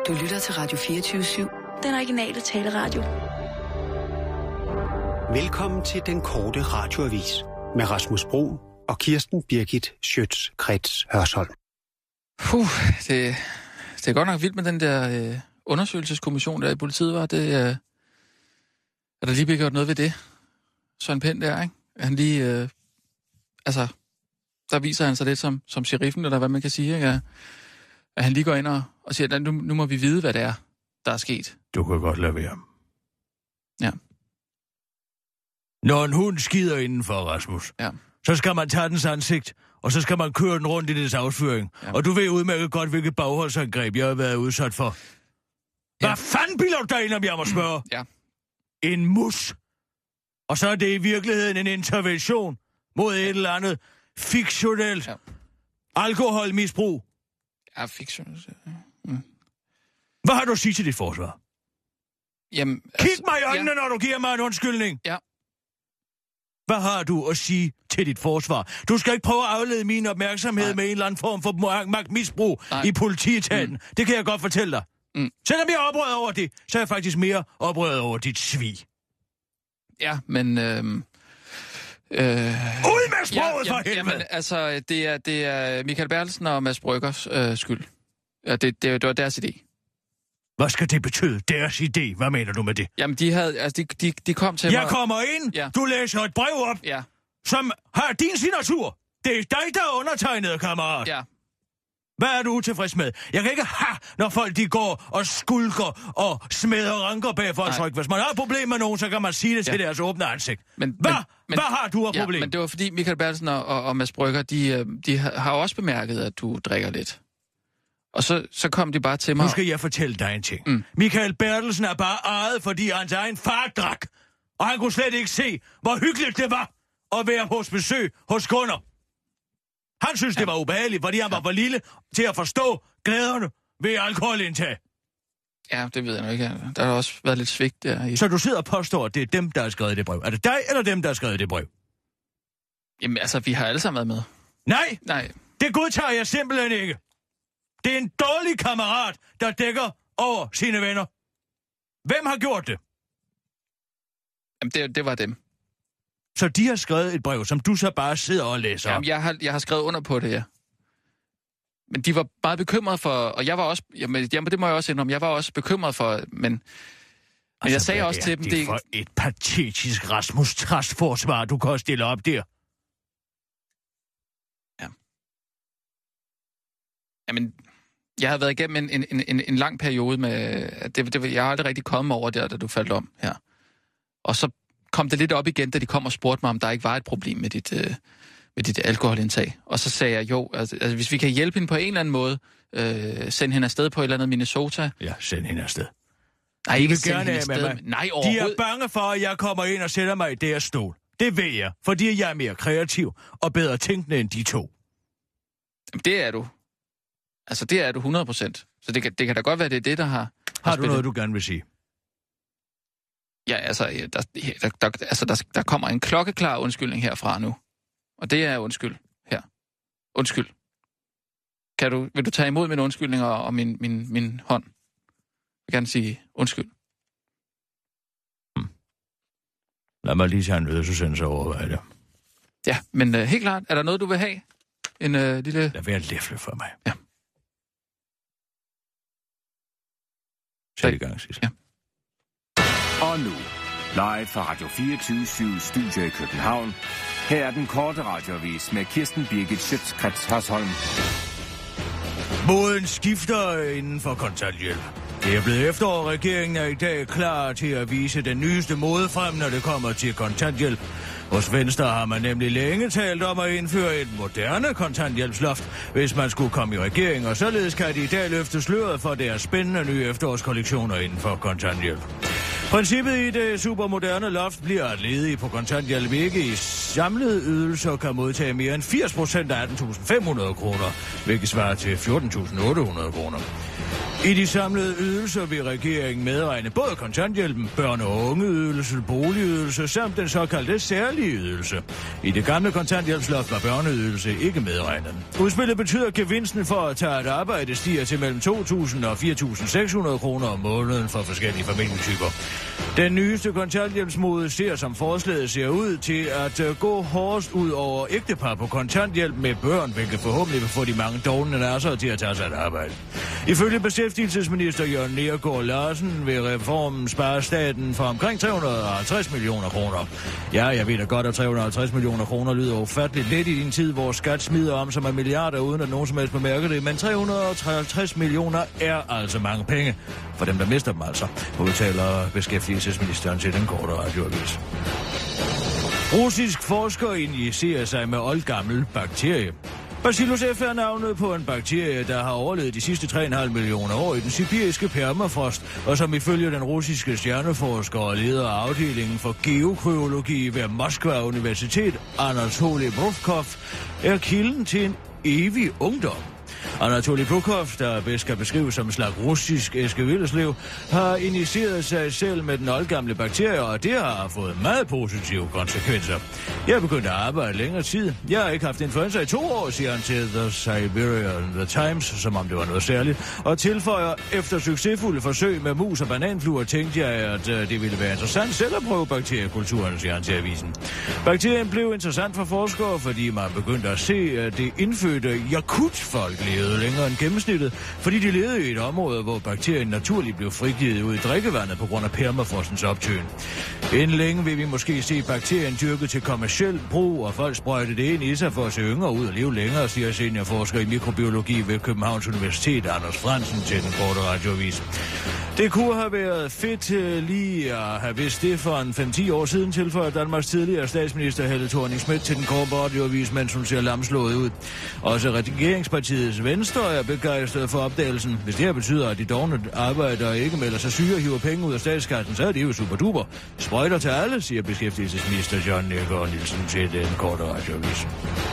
Du lytter til Radio 24/7. Den originale taleradio. Velkommen til den korte radioavis med Rasmus Bro og Kirsten Birgit Schøtz-Krets Hørsholm. Det er godt nok vildt med den der undersøgelseskommission, der i politiet var. Det er der lige blevet gjort noget ved det. Søren Pind der, ikke? Han lige... der viser han sig lidt som sheriffen, eller hvad man kan sige, ikke? At han lige går ind og siger, at nu må vi vide, hvad det er, der er sket. Du kan godt lade være. Ja. Når en hund skider indenfor, Rasmus, så skal man tage dens ansigt, og så skal man køre den rundt i dens afføring. Ja. Og du ved udmærket godt, hvilket bagholdsangreb jeg har været udsat for. Ja. Hvad fanden bilder du dig ind, om jeg må spørge? Ja. En mus. Og så er det i virkeligheden en intervention mod et eller andet fiktionelt alkoholmisbrug. Ja, fiktionelt. Hvad har du at sige til dit forsvar? Jamen, kig mig i øjnene, når du giver mig en undskyldning. Ja. Hvad har du at sige til dit forsvar? Du skal ikke prøve at aflede min opmærksomhed med en eller anden form for magtmisbrug i politietaten. Det kan jeg godt fortælle dig. Selvom jeg er oprøret over det, så er jeg faktisk mere oprøret over dit svig. Ja, men... Ud med sproget for helvede! Jamen, altså, det er Michael Bertelsen og Mads Bryggers skyld. Ja, det var deres idé. Hvad skal det betyde? Deres idé? Hvad mener du med det? Jamen, de kom til mig... Jeg kommer ind, du læser et brev op, som har din signatur. Det er dig, der er undertegnet, kammerat. Ja. Hvad er du utilfreds med? Jeg kan ikke når folk de går og skulker og smeder ranker bag for at trykke. Hvis man har et problem med nogen, så kan man sige det til deres åbne ansigt. Hvad har du af problem? Men det var fordi Michael Bertelsen og Mads Brygger, de har også bemærket, at du drikker lidt. Og så kom de bare til mig... Nu skal jeg fortælle dig en ting. Michael Bertelsen er bare ejet, fordi hans egen far drak. Og han kunne slet ikke se, hvor hyggeligt det var at være hos besøg hos kunder. Han synes, det var ubehageligt, fordi han var for lille til at forstå glæderne ved alkoholindtag. Ja, det ved jeg nu ikke. Der har også været lidt svigt der. Så du sidder og påstår, at det er dem, der har skrevet det brev. Er det dig eller dem, der har skrevet det brev? Jamen altså, vi har alle sammen været med. Nej. Det godtager jeg simpelthen ikke. Det er en dårlig kammerat, der dækker over sine venner. Hvem har gjort det? Jamen, det var dem. Så de har skrevet et brev, som du så bare sidder og læser op? Jamen, jeg har skrevet under på det, ja. Men de var meget bekymrede for... Og jeg var også... Jamen, det må jeg også indrømme. Jeg var også bekymret for... Men jeg sagde også til dem... Det er for et patetisk Rasmus Trast-forsvar, du kan stille op der. Ja. Jamen... Jeg har været igennem en lang periode med... jeg har aldrig rigtig kommet over der, da du faldt om her. Og så kom det lidt op igen, da de kom og spurgte mig, om der ikke var et problem med dit alkoholindtag. Og så sagde jeg, jo, altså hvis vi kan hjælpe hende på en eller anden måde, send hende afsted på et eller andet Minnesota. Ja, send hende afsted. Nej, ikke send hende afsted. Nej, de er bange for, at jeg kommer ind og sætter mig i deres stol. Det ved jeg, fordi jeg er mere kreativ og bedre tænkende end de to. Jamen, det er du. Altså, det er du 100%. Så det kan da godt være, det er det, der har... Har du noget, du gerne vil sige? Ja, altså, der kommer en klokkeklar undskyldning herfra nu. Og det er undskyld her. Undskyld. Vil du tage imod min undskyldning og min hånd? Jeg vil gerne sige undskyld. Lad mig lige tage en ødelsesendelse over, hvad det. Ja, men helt klart, er der noget, du vil have? En lille... Lad være læfle for mig. Ja. Sæt i gang, sidst. Ja. Og nu, live fra Radio 24/7 Studio i København. Her er den korte radioavis med Kirsten Birgit Schøtz-Krets Hørsholm. Moden skifter inden for kontanthjælp. Det er blevet efterår, regeringen er i dag klar til at vise den nyeste mode frem, når det kommer til kontanthjælp. Hos Venstre har man nemlig længe talt om at indføre et moderne kontanthjælpsloft, hvis man skulle komme i regering, og således kan de i dag løfte sløret for deres spændende nye efterårskollektioner inden for kontanthjælp. Princippet i det supermoderne loft bliver, at ledige på kontanthjælp ikke i samlede ydelser kan modtage mere end 80% af 18.500 kroner, hvilket svarer til 14.800 kroner. I de samlede ydelser vil regeringen medregne både kontanthjælpen, børne- og ungeydelse, boligydelse samt den såkaldte særlige ydelse. I det gamle kontanthjælpsloft var børneydelse ikke medregnet. Udspillet betyder, at gevinsten for at tage et arbejde stiger til mellem 2.000 og 4.600 kroner om måneden for forskellige familietyper. Den nyeste kontanthjælpsmode ser, som forslaget ser ud, til at gå hårdest ud over ægtepar på kontanthjælp med børn, hvilket forhåbentlig vil få de mange dovne nasser til at tage sig et arbejde. Ifølge beskæftigelsesminister Jørgen Neergaard Larsen vil reformen spare staten for omkring 350 millioner kroner. Ja, jeg ved da godt, at 350 millioner kroner lyder ufatteligt lidt i en tid, hvor skat smider om som er milliarder, uden at nogen som helst bemærker det, men 350 millioner er altså mange penge. For dem, der mister dem altså, udtaler beskæftigelsesministeren til den korte radioavis. Russisk forsker injicerer sig med oldgammel bakterie. Bacillus F er navnet på en bakterie, der har overlevet de sidste 3,5 millioner år i den sibiriske permafrost, og som ifølge den russiske stjerneforsker og leder af afdelingen for geokryologi ved Moskva Universitet, Anatoly Brukov, er kilden til en evig ungdom. Anatoly Brukov, der bedst kan beskrives som en slags russisk Eske Willerslev, har injiceret sig selv med den oldgamle bakterie, og det har fået meget positive konsekvenser. Jeg er begyndt at arbejde længere tid. Jeg har ikke haft influenza i 2 år, siger han til The Siberian The Times, som om det var noget særligt, og tilføjer, efter succesfulde forsøg med mus og bananfluer, tænkte jeg, at det ville være interessant selv at prøve bakteriekulturen, siger han til avisen. Bakterien blev interessant for forskere, fordi man begyndte at se, at det indfødte Yakut-folk levede længere end gennemsnittet, fordi de levede i et område, hvor bakterien naturligt blev frigivet ud i drikkevandet på grund af permafrostens optøen. Inden længe vil vi måske se bakterien dyrket til kommerciel brug, og folk sprøjte det ind i sig for at se yngre ud og leve længere, siger seniorforsker i mikrobiologi ved Københavns Universitet, Anders Fransen, til den korte radioavis. Det kunne have været fedt lige at have vidst det for en 5-10 år siden, tilføjer Danmarks tidligere statsminister Helle Thorning-Schmidt til den korte radioavis, mens hun ser lamslået ud. Også regeringspartiets Venstre er begejstret for opdagelsen. Hvis det her betyder, at de dovne arbejdere ikke melder sig syge og hiver penge ud af statskassen, så er det jo super duper. Sprøjter til alle, siger beskæftigelsesminister John Neergaard Nielsen til den korte radioavis.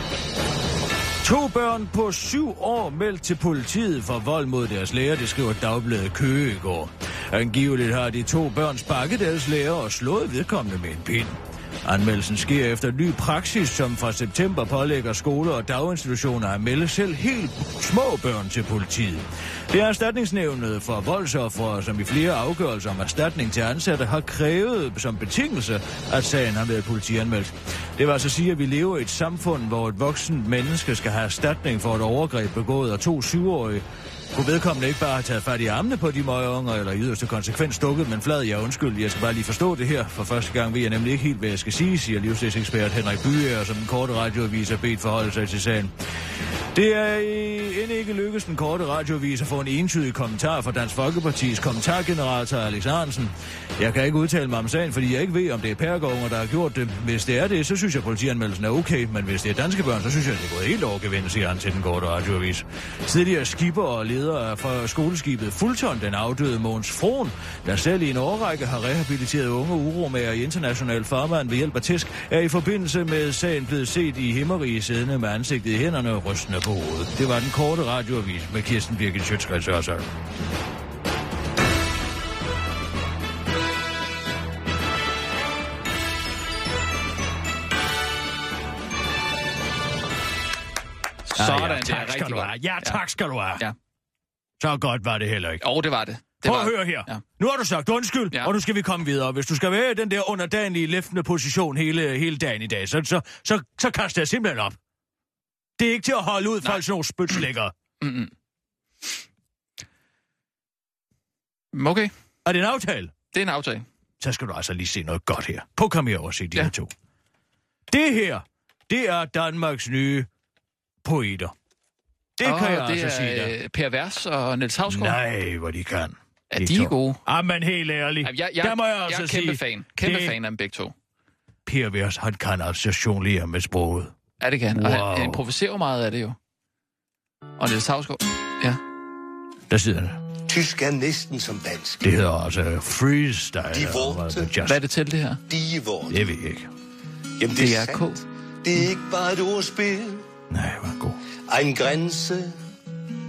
2 børn på 7 år meldt til politiet for vold mod deres lærer, det skriver Dagbladet Køge i går. Angiveligt har de 2 børn sparket deres lærer og slået vedkommende med en pind. Anmeldelsen sker efter ny praksis, som fra september pålægger skoler og daginstitutioner at melde selv helt små børn til politiet. Det er erstatningsnævnet for voldsofre, som i flere afgørelser om erstatning til ansatte har krævet som betingelse, at sagen har været politianmeldt. Det var altså at sige, at vi lever i et samfund, hvor et voksent menneske skal have erstatning for et overgreb begået af 2 7-årige. Kunne vedkommende ikke bare have taget fat i armene på de møgeunger, eller i yderste konsekvens stukket, men flad, ja undskyld, jeg skal bare lige forstå det her. For første gang ved jeg nemlig ikke helt, hvad jeg skal sige, siger livsstilsekspert Henrik Byer, som den korte radioavis har bedt forholde sig til sagen. Det er end ikke lykkedes den korte radioavis at få en entydig kommentar fra Dansk Folkepartis kommentargenerator Alex Arensen. Jeg kan ikke udtale mig om sagen, fordi jeg ikke ved, om det er pærgånger, der har gjort det. Hvis det er det, så synes jeg, at politianmeldelsen er okay, men hvis det er danske børn, så synes jeg, at det er gået helt overgevindet, siger han til den korte radioavis. Tidligere skipper og leder fra skoleskibet Fulton, den afdøde Mogens Frohn, der selv i en årrække har rehabiliteret unge uromager i international farvand ved hjælp af tæsk, er i forbindelse med sagen blevet set i himmerige siddende med ansigtet i hænderne og rystende på hovedet. Det var den korte radioavis med Kirsten Birgit Schøtz-Krets Hørsholm. Sådan, tak skal du have. Ja, tak skal du have. Ja. Så godt var det heller ikke. Det var det. Prøv at høre her. Ja. Nu har du sagt undskyld, og nu skal vi komme videre. Hvis du skal være i den der underdanige, læftende position hele dagen i dag, så kaster jeg simpelthen op. Det er ikke til at holde ud, folk sådan nogle spytslæggere. Okay. Er det en aftale? Det er en aftale. Så skal du altså lige se noget godt her. Kom her og se de her 2. Det her, det er Danmarks nye poeter. Det kan jeg altså sige dig. Det er Per Vers og Niels Hausgaard. Nej, hvor de kan. Er de gode? Men helt ærligt. Jeg er kæmpe fan. Kæmpe fan af dem begge 2. Per Vers, han kan altså jonglere med sproget. Ja, det kan. Wow. Og han improviserer meget af det jo. Og Niels Hausgaard, ja. Der sidder han. Tysk er næsten som dansk. Det hedder altså freestyle. Hvad er det til, det her? Det ved jeg ikke. Jamen, det er sandt. Det er ikke bare et ordspil. Nej, hvor god. En grænse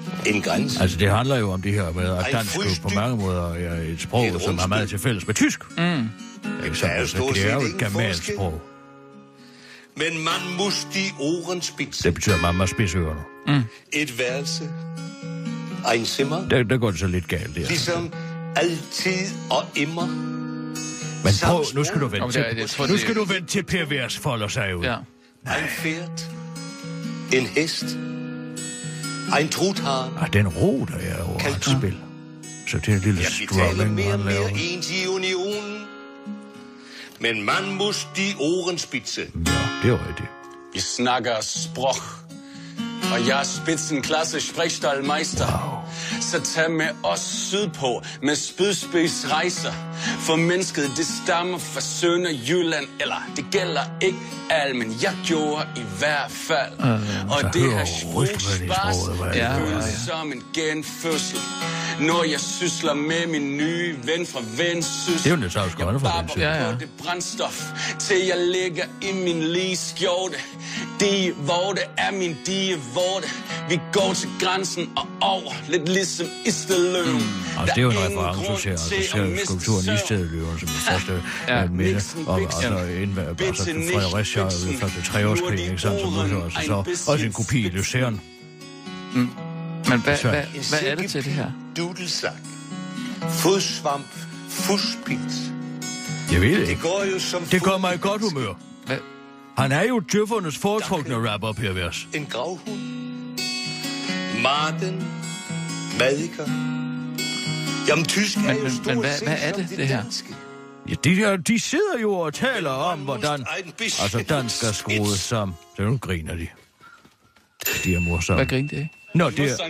En grænse. Altså, det handler jo om det her med, at dansk på mange måder er et sprog, som er meget til fælles med tysk. Ikke så, det er jo et germansk sprog. Men man muss die Ohren spitzen. Det betyder, at man må spidse ørerne. Et værelse. Ein Zimmer. Der går det så lidt galt, der. Ligesom altid og immer. Men prøv, nu skal du vente til. Nu skal du vente til pervers folder sig ud. Ja. Ein Pferd. En hest. Ein Truthahn. Den ro, der er over et spil. Så det er en lille strumming, han laver. Ens i unionen. Men man muss die Ohren spitze. Ja, det er rigtigt. Vi snakker sprog. Og jeg er spidsenklasse sprechstallmeister. Wow. Så tag med os sydpå med spydspidsrejser. For mennesket, det stammer fra Sønderjylland. Eller det gælder ikke alt, men jeg gjorde i hvert fald. Og det her sprogsbars, det føles som en genfødsel. Når jeg sysler med min nye ven fra Vendsyssel. Det er jo lidt så skønne fra Vendsyssel. Jeg på det brændstof, til jeg ligger i min lige skjorte. Die vorte er min die vorte. Vi går til grænsen og over, lidt ligesom Isterløven. Altså, det er jo en reference til, altså, ser skulpturen i Isterløven som det første minde. Og altså, Fredericia, den første treårskrig, ikke sandt, som nu altså, så også en kopi i Lucerne. Men hvad er det til det her? Dudelsak. Fodsvamp. Fuspils. Jeg ved det ikke. Det gør gør mig i godt humør. Hvad? Han er jo djøffernes foretrukne rapper, pervers. En gravhund. Marden. Madiker. Jamen, tysk er jo stort hvad er det her? Ja, de sidder jo og taler om, hvordan altså dansk er skruet sammen. Så nu griner de. De er morsomme. Hvad griner det af? Nå, det er...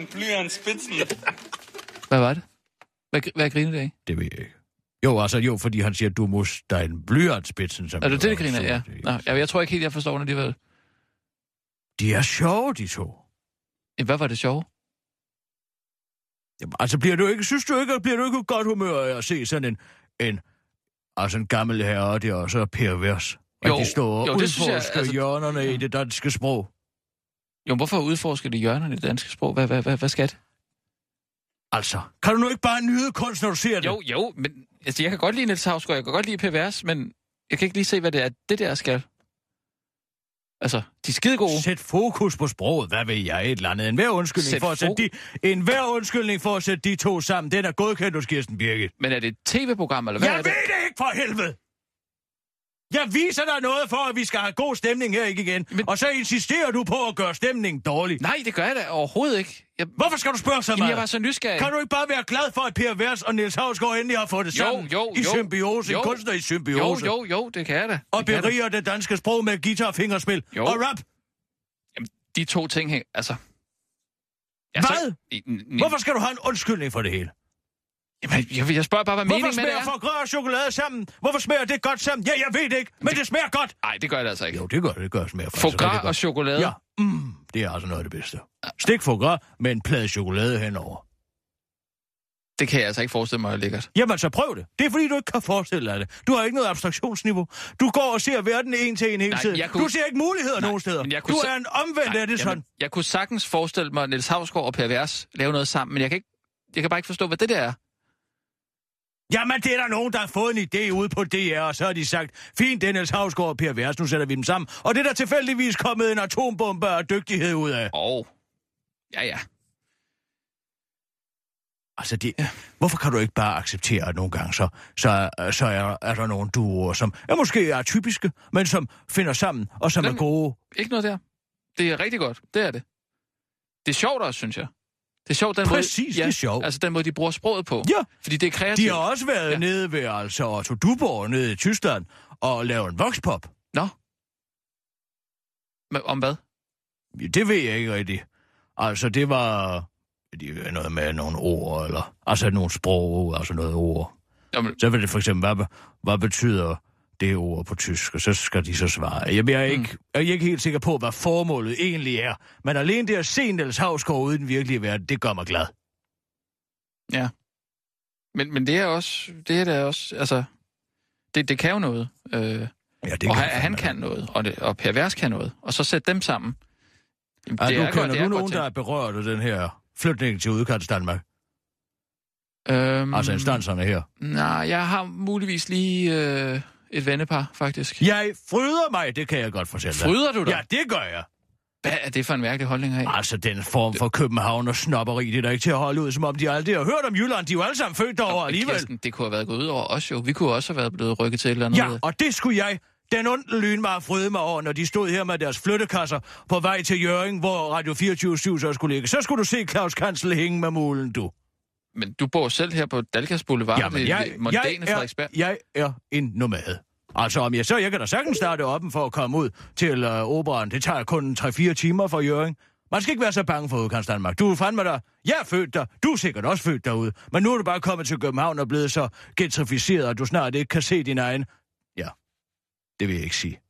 Hvad var det? Hvad griner det af? Det ved jeg ikke. Jo, fordi han siger, du må stegne blyantspidsen. Er det det griner af? Ja. Nå, jeg tror ikke helt, jeg forstår, når de var... De er sjove, de to. Hvad var det sjove? Jamen, altså, bliver du ikke i godt humør af at se sådan en gammel herre der, og så pervers? Og de står og udforsker hjørnerne i det danske sprog. Jo, hvorfor udforsker de hjørnerne i det danske sprog? Hvad skal det? Altså, kan du nu ikke bare nyde kunst, når du ser det? Jo, men altså, jeg kan godt lide Niels Hausgaard, jeg kan godt lide pervers, men jeg kan ikke lige se, hvad det er, det der skal. Altså, de er skidegode. Sæt fokus på sproget, hvad ved jeg, et eller andet. Enhver undskyldning for at sætte de to sammen, den er godkendt hos Kirsten Birgit. Men er det et tv-program, eller hvad jeg er det? Jeg ved det ikke, for helvede! Jeg viser dig noget for, at vi skal have god stemning her igen. Men... Og så insisterer du på at gøre stemningen dårlig. Nej, det gør jeg da overhovedet ikke. Hvorfor skal du spørge så meget? Jamen, jeg var så nysgerrig. Kan du ikke bare være glad for, at Pervers og Niels Hausgaard endelig har fået det sammen? I symbiose, en kunstnerisk symbiose. Jo, det kan jeg da. Og beriger det danske sprog med guitar, fingerspil og rap. Jamen, de to ting hænger, altså... Hvad? Hvorfor skal du have en undskyldning for det hele? Jamen, jeg spørger bare, hvad meningen med det er. Hvorfor smager forgrød og chokolade sammen? Hvorfor smager det godt sammen? Ja, jeg ved det ikke, men det smager godt. Nej, det gør det altså ikke. Jo, det gør smager faktisk. Forgrød og chokolade? Ja, det er altså noget af det bedste. Stik forgrød med en plade chokolade henover. Det kan jeg altså ikke forestille mig er lækkert. Jamen, så prøv det. Det er fordi, du ikke kan forestille dig det. Du har ikke noget abstraktionsniveau. Du går og ser verden en til en hele tiden. Du ser ikke muligheder nogen steder. Du er en omvendt af det sådan. Jeg kunne sagtens forestille mig, at Niels Hausgaard og Pervers lave noget sammen, men jeg kan bare ikke forstå, hvad det der er. Jamen, det er der nogen, der har fået en idé ude på DR, og så har de sagt, fint, det er Niels Hausgaard og Pervers, nu sætter vi dem sammen. Og det er der tilfældigvis kommet en atombombe og dygtighed ud af. Ja. Altså, hvorfor kan du ikke bare acceptere, at nogle gange så er der nogle duoer, som måske er typiske, men som finder sammen, og som er gode? Ikke noget der. Det er rigtig godt. Det er det. Det er sjovt også, synes jeg. Det er sjovt, den Præcis, måde, det er sjovt. Altså den måde, de bruger sproget på. Ja. Fordi det er kreativt. De har også været nede ved Otto Duborg nede i Tyskland og lavet en voxpop. Nå. Men om hvad? Det ved jeg ikke rigtigt. Altså, det var noget med nogle ord, eller altså nogle sprog, altså noget ord. Jamen. Så vil det for eksempel, hvad betyder det ord på tysk, og så skal de så svare. Jeg er ikke helt sikker på, hvad formålet egentlig er, men alene det at se Niels Hausgaard ude i den virkelige verden, det gør mig glad. Ja. Men det er også, altså, det kan jo noget. Og han kan noget, og Pervers kan noget, og så sæt dem sammen. Kender du nogen, der er berørt af den her flytningen til udkants Danmark? Altså instanserne her. Nej, jeg har muligvis lige et vennepar, faktisk. Jeg fryder mig, det kan jeg godt fortælle dig. Fryder du dig? Ja, det gør jeg. Hvad er det for en mærkelig holdning her? Altså, den form for København og snobberi, det er da ikke til at holde ud, som om de aldrig har hørt om Jylland. De er jo alle sammen født derovre alligevel. Kirsten, det kunne have været gået ud over os jo. Vi kunne også have været blevet rykket til et eller andet. Ja, og det skulle jeg, den onde lynmar, fryde mig over, når de stod her med deres flyttekasser på vej til Hjørring, hvor Radio 24/7 så skulle ligge. Så skulle du se Claus Kansel hænge med mulen, du. Men du bor selv her på Dalgas Boulevard, jeg er en nomade. Altså, om jeg kan da sagtens starte oppen for at komme ud til operan. Det tager kun 3-4 timer for Hjørring. Man skal ikke være så bange for udkants Danmark. Du er fandme der. Jeg er født der. Du er sikkert også født derude. Men nu er du bare kommet til København og blevet så gentrificeret, at du snart ikke kan se din egen... Ja, det vil jeg ikke sige.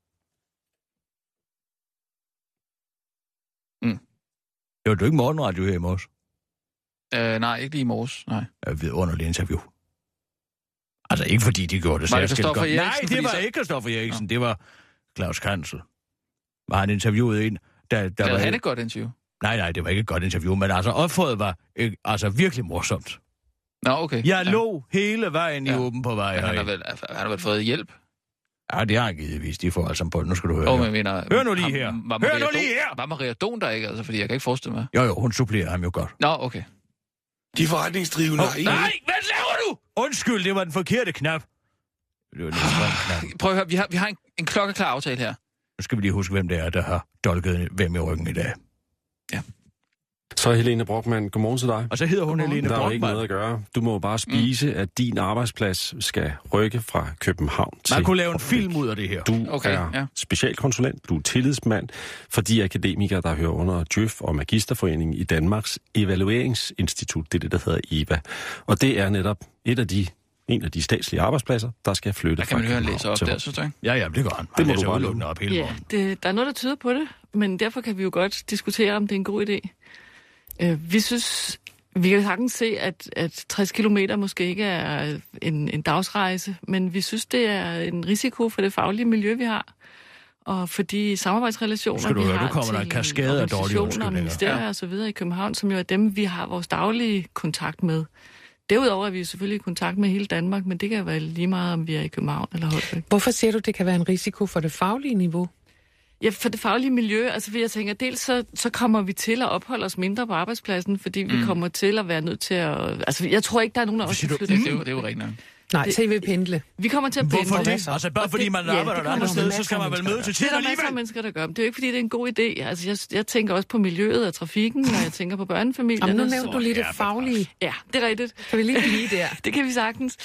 Det var du ikke morgenradio her i morges? Nej, ikke lige i morges, nej. Vidunderligt interview. Altså ikke fordi de gjorde det særskilt godt. Nej, det var ikke Christoffer Eriksen, det var Claus Kansel. Var han interviewet en, der var... han et godt interview? Nej, det var ikke et godt interview, men altså opfordret var virkelig morsomt. Nå, okay. Jeg lå hele vejen i åben på vej her. Han har vel fået hjælp? Ja, det har han givetvis. De får altså på det. Nu skal du høre. Hør nu lige her. Hør nu lige her! Var Maria Don der ikke? Altså, fordi jeg kan ikke forestille mig. Jo, hun supplerer ham jo godt. Nå, okay. De forretningsdrivende har ikke... Nej, hvad laver du? Undskyld, det var den forkerte knap. Det var knap. Prøv at høre, vi har en klokkeklar aftale her. Nu skal vi lige huske, hvem det er, der har dolket hvem i ryggen i dag. Ja. Så Helene Brockmann, godmorgen til dig. Og så hedder hun Helene Brockmann. Der er ikke noget at gøre. Du må bare spise, at din arbejdsplads skal rykke fra København til... Man kunne lave en film ud af det her. Du er specialkonsulent, du er tillidsmand for de akademikere, der hører under Djøf og Magisterforeningen i Danmarks Evalueringsinstitut. Det er det, der hedder EVA. Og det er netop en af de statslige arbejdspladser, der skal flytte fra København. Der kan man høre læse op der, synes du ikke? Ja, det gør han. Det må du bare lukke op hele morgen. Der er noget, der tyder på det, men derfor kan vi jo godt diskutere, om det er en god idé. Vi kan sagtens se, at 60 kilometer måske ikke er en dagsrejse, men vi synes, det er en risiko for det faglige miljø, vi har, og for de samarbejdsrelationer, vi har til organisationer, ministerier og så videre i København, som jo er dem, vi har vores daglige kontakt med. Derudover er vi jo selvfølgelig i kontakt med hele Danmark, men det kan være lige meget, om vi er i København eller Holbæk. Hvorfor siger du, det kan være en risiko for det faglige niveau? Ja, for det faglige miljø, altså jeg tænker, dels så kommer vi til at opholde os mindre på arbejdspladsen, fordi vi kommer til at være nødt til at... Altså, jeg tror ikke, der er nogen af os, der flytter. Det er jo rigtigt. Nej, så I vil pendle. Vi kommer til at pendle. Hvorfor det? Altså bare fordi man arbejder et andet sted, så skal man vel møde til tid alligevel. Det er der masser af mennesker, der gør. Det er jo ikke, fordi det er en god idé. Altså, jeg tænker også på miljøet og trafikken, når jeg tænker på børnefamilierne. Jamen, nu nævnte du lige det faglige. Ja, det er rigtigt. Kan vi lige blive der? Det kan vi sagtens.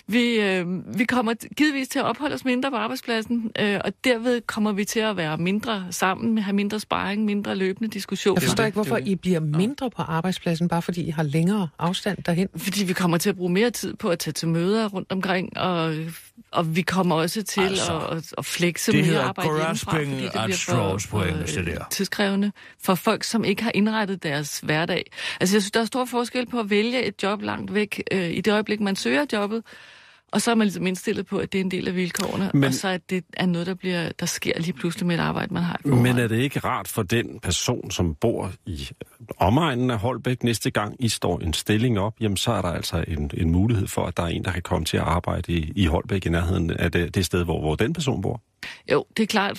Vi kommer givetvis til at opholde os mindre på arbejdspladsen, og derved kommer vi til at være mindre sammen, have mindre sparring, mindre løbende diskussioner. Jeg forstår ikke, hvorfor I bliver mindre på arbejdspladsen, bare fordi I har længere afstand derhen. Fordi vi kommer til at bruge mere tid på at tage til møder rundt omkring, og vi kommer også til at flexe mere arbejde hjemmefra, fordi det bliver for tidskrævende for folk, som ikke har indrettet deres hverdag. Altså jeg synes, der er stor forskel på at vælge et job langt væk i det øjeblik, man søger jobbet, og så er man ligesom indstillet på, at det er en del af vilkårene, og så at det er noget, der sker lige pludselig med et arbejde, man har. Men er det ikke rart for den person, som bor i omegnen af Holbæk, næste gang I står en stilling op, jamen så er der altså en mulighed for, at der er en, der kan komme til at arbejde i Holbæk i nærheden af det sted, hvor den person bor? Jo, det er klart,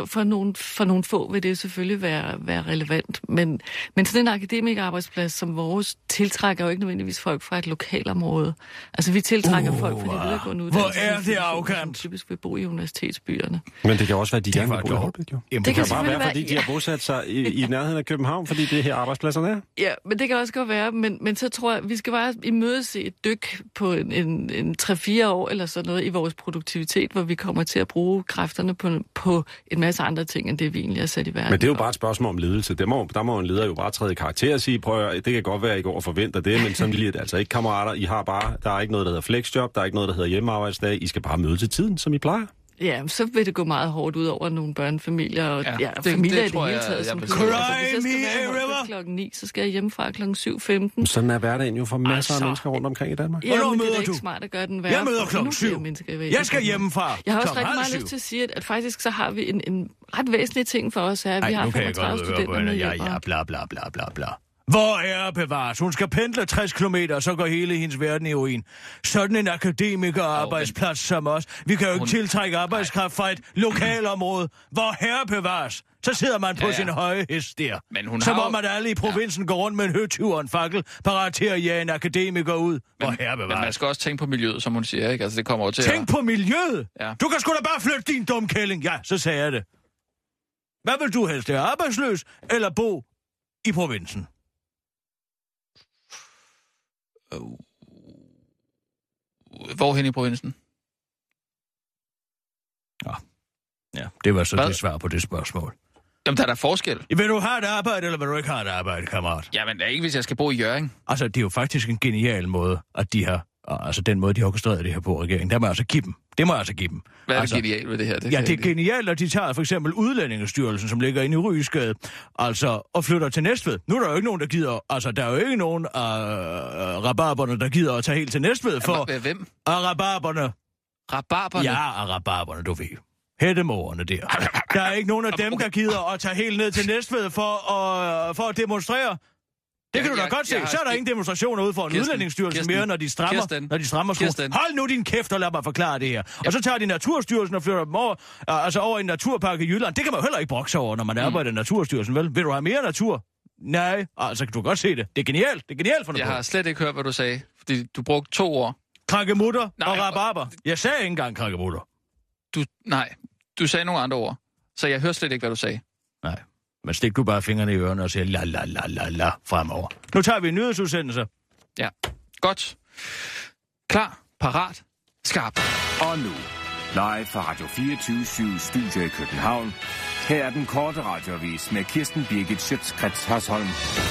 for nogle få vil det selvfølgelig være relevant, men sådan en akademikerarbejdsplads som vores tiltrækker jo ikke nødvendigvis folk fra et lokalområde. Altså vi tiltrækker folk fra de videregående uddannelser. Hvor er det arrogant? Som typisk vil bo i universitetsbyerne. Men det kan også være, at de gerne vil bo i Holbæk, jo. Jamen, det kan bare være, fordi de har bosat sig i nærheden af København, fordi det er her arbejdspladserne er. Ja, men det kan også godt være, men så tror jeg, vi skal bare imødese et dyk på en 3-4 år eller sådan noget i vores produktivitet, hvor vi kommer til at bruge kræfterne på en masse andre ting, end det vi egentlig har sat i verden. Men det er jo bare et spørgsmål om ledelse. Der må en leder jo bare træde i karakter og sige, prøv at, det kan godt være, at I går og forventer det, men sådan lige er det altså ikke, kammerater. I har bare, der er ikke noget, der hedder flexjob, der er ikke noget, der hedder hjemmearbejdsdag. I skal bare møde til tiden, som I plejer. Ja, så vil det gå meget hårdt ud over nogle børnefamilier og familier i det hele taget. Som hvis jeg skal være klokken 9, så skal jeg hjemmefra klokken 7:15. Sådan er hverdagen jo for masser af mennesker rundt omkring i Danmark. Ja, men det er ikke smart at gøre den værre. Jeg møder klokken 7. Jeg skal hjemmefra. Jeg har også rigtig meget lyst til at sige, at faktisk så har vi en ret væsentlig ting for os her. Vi har 35 studenter med hjælpere. Ja, bla bla bla bla bla. Hvor er bevares? Hun skal pendle 60 kilometer, og så går hele hendes verden i ruin. Sådan en akademiker-arbejdsplads som os. Vi kan jo ikke tiltrække arbejdskraft fra et lokalområde. Hvor herre bevares? Så sidder man på sin høje hest der. Som om at alle i provinsen går rundt med en høtyv og en fakkel, parat til at jage en akademiker ud. Hvor herre bevares? Men man skal også tænke på miljøet, som hun siger, ikke? Altså, det kommer over til Tænk på miljøet? Ja. Du kan sgu da bare flytte din dumme kælling. Ja, så sagde jeg det. Hvad vil du helst? Er arbejdsløs eller bo i provinsen? Hvorhen i provinsen? Ja, det var så det svar på det spørgsmål. Jamen, der er forskel. Vil du have et arbejde, eller vil du ikke have et arbejde, kammerat? Jamen, det er ikke, hvis jeg skal bo i Hjørring. Altså, det er jo faktisk en genial måde, at de har... Altså, den måde, de har orkestreret det her på regeringen, der må jeg altså give dem. Det må jeg altså give dem. Hvad er det genialt ved det her? Det er genialt, at de tager for eksempel Udlændingestyrelsen, som ligger inde i Ryesgade, altså, og flytter til Næstved. Nu er der jo ikke nogen, der gider... Altså, der er jo ikke nogen af rabarberne, der gider at tage helt til Næstved for... Hvem? Af rabarberne. Rabarberne? Ja, af rabarberne, du ved. Hættemårene der. Der er ikke nogen af dem, der gider at tage helt ned til Næstved for at demonstrere. Det kan du da godt se. Så er der ingen demonstrationer ude for en Udlændingsstyrelse mere, når de strammer skoen. Hold nu din kæft og lad mig forklare det her. Og så tager de Naturstyrelsen og flytter dem over i en naturpark i Jylland. Det kan man jo heller ikke brokse over, når man arbejder i Naturstyrelsen, vel? Vil du have mere natur? Nej, altså kan du godt se det. Det er genialt. Det er genialt for noget. Jeg har slet ikke hørt, hvad du sagde, fordi du brugte 2 ord. Krakkemutter og rabarber. Jeg sagde ikke engang krakkemutter. Du sagde nogle andre ord, så jeg hørte slet ikke, hvad du sagde. Nej. Men stik du bare fingrene i ørerne og siger la la la la la fremover. Nu tager vi en nyhedsudsendelse. Ja, godt. Klar, parat, skarp. Og nu, live fra Radio 24/7 Studio i København. Her er den korte radioavis med Kirsten Birgit Schøtz-Krets Hørsholm.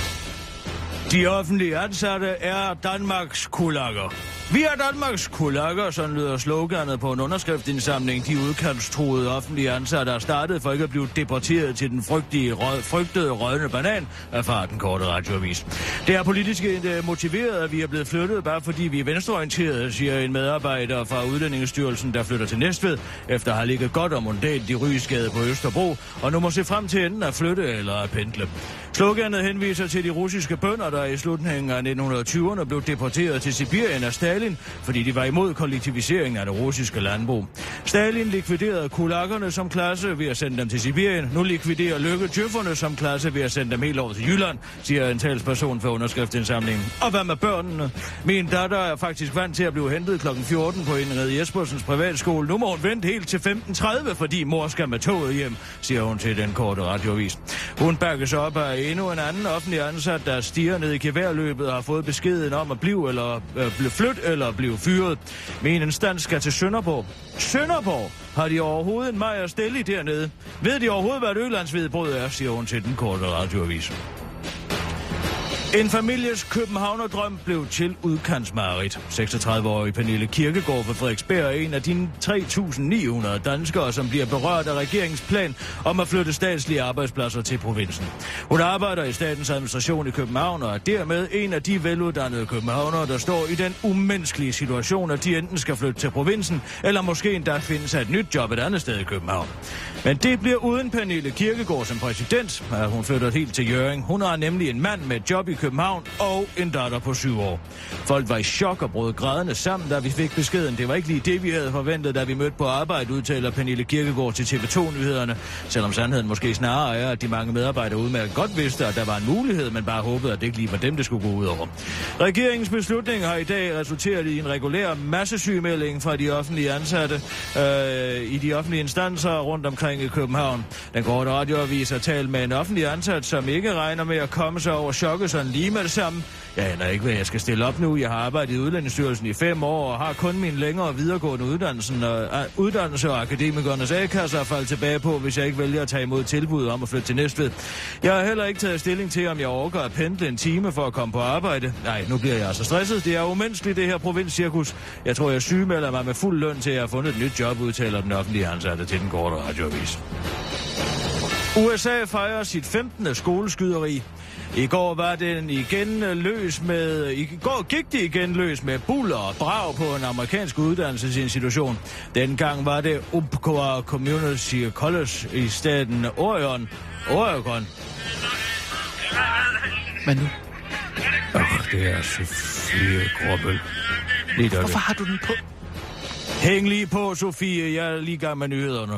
De offentlige ansatte er Danmarks kulakker. Vi er Danmarks kulakker, sådan lyder sloganet på en underskriftsindsamling. De udkantstruede offentlige ansatte er startet for ikke at blive deporteret til den frygtede rødne banan, erfarer den korte radioavis. Det er politisk motiveret, at vi er blevet flyttet, bare fordi vi er venstreorienterede, siger en medarbejder fra Udlændingestyrelsen, der flytter til Næstved, efter at have ligget godt og mondant i Ryesgade på Østerbro, og nu må se frem til enten at flytte eller at pendle. Sloganet henviser til de russiske bønder, der i slutningen af 1920'erne blev deporteret til Sibirien af Stalin, fordi de var imod kollektiviseringen af det russiske landbrug. Stalin likviderede kulakkerne som klasse ved at sende dem til Sibirien. Nu likviderer Løkke djøfferne som klasse ved at sende dem helt over til Jylland, siger en talsperson for underskriftsindsamlingen. Og hvad med børnene? Min datter er faktisk vant til at blive hentet kl. 14 på Ingrid Jespersens privatskole. Nu må hun vente helt til 15:30, fordi mor skal med toget hjem, siger hun til den korte radioavis. Hun bakkes op af endnu en anden offentlig ansat, der stiger ned i geværløbet og har fået beskeden om at blive flyttet eller blive fyret. Men en stand skal til Sønderborg. Sønderborg? Har de overhovedet en Maja Stelli dernede? Ved de overhovedet, hvad et ølandsvedbrød er, siger hun til den korte radioavis. En families københavnerdrøm blev til udkantsmareridt. 36-årige Pernille Kirkegaard fra Frederiksberg er en af de 3.900 danskere, som bliver berørt af regeringens plan om at flytte statslige arbejdspladser til provinsen. Hun arbejder i statens administration i København og er dermed en af de veluddannede københavnere, der står i den umenneskelige situation, at de enten skal flytte til provinsen, eller måske endda finde sig et nyt job et andet sted i København. Men det bliver uden Pernille Kirkegaard som præsident, at hun flytter helt til Hjørring. Hun har nemlig en mand med et job i København og en datter på 7 år. Folk var i chok og brød grædende sammen, da vi fik beskeden. Det var ikke lige det, vi havde forventet, da vi mødte på arbejde, udtaler Pernille Kirkegaard til TV2-nyhederne. Selvom sandheden måske snarere er, at de mange medarbejdere udmærket godt vidste, at der var en mulighed, men bare håbede, at det ikke lige var dem, det skulle gå ud over. Regeringens beslutning har i dag resulteret i en regulær massesygemelding fra de offentlige ansatte i de offentlige instanser rundt omkring i København. Den korte radioavis har talt med en offentlig ansat, som ikke regner med at komme sig over chokket sådan lige med det samme. Jeg aner ikke, hvad jeg skal stille op nu. Jeg har arbejdet i Udlændingsstyrelsen i 5 år og har kun min længere videregående uddannelse og akademikernes A-kasser at falde tilbage på, hvis jeg ikke vælger at tage imod tilbuddet om at flytte til Næstved. Jeg har heller ikke taget stilling til, om jeg overgår at pendle en time for at komme på arbejde. Nej, nu bliver jeg altså stresset. Det er umenneskeligt, det her provinscirkus. Jeg tror, jeg sygemelder mig med fuld løn til, at jeg har fundet et nyt job, udtaler den offentlige ansatte til den korte radioavis. USA fejrer sit 15. skoleskyderi. I går gik det igen løs med buller og brag på en amerikansk uddannelsesinstitution. Dengang var det Umpqua Community College i staten Oregon. Men nu? Det er Sofie Gråbøl. Hvorfor har du den på? Hæng lige på, Sofie. Jeg er lige i gang med nyhederne.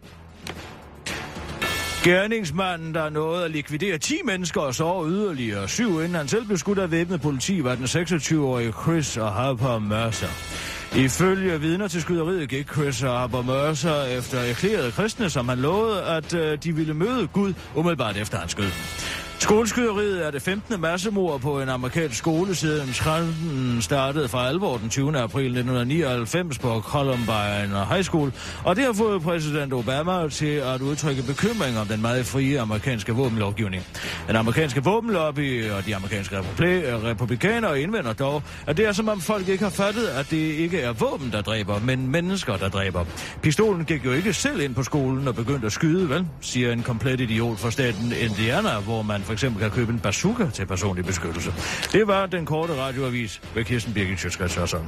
Gerningsmanden, der nåede at likvidere 10 mennesker og så yderligere 7, inden han selv blev skudt af væbnet politi, var den 26-årige Chris Harper Mercer. Ifølge vidner til skyderiet gik Chris Harper Mercer efter erklærede kristne, som han lovede, at de ville møde Gud umiddelbart efter han skød. Skoleskyderiet er det 15. massemord på en amerikansk skole, siden trenden startede for alvor den 20. april 1999 på Columbine High School, og det har fået præsident Obama til at udtrykke bekymring om den meget frie amerikanske våbenlovgivning. Den amerikanske våbenlobby og de amerikanske republikanere indvender dog, at det er som om folk ikke har fattet, at det ikke er våben, der dræber, men mennesker, der dræber. Pistolen gik jo ikke selv ind på skolen og begyndte at skyde, vel, siger en komplet idiot fra staten Indiana, hvor man for eksempel kan købe en bazooka til personlig beskyttelse. Det var den korte radioavis ved Kirsten Birgit Sjøtskreds Hørsholm.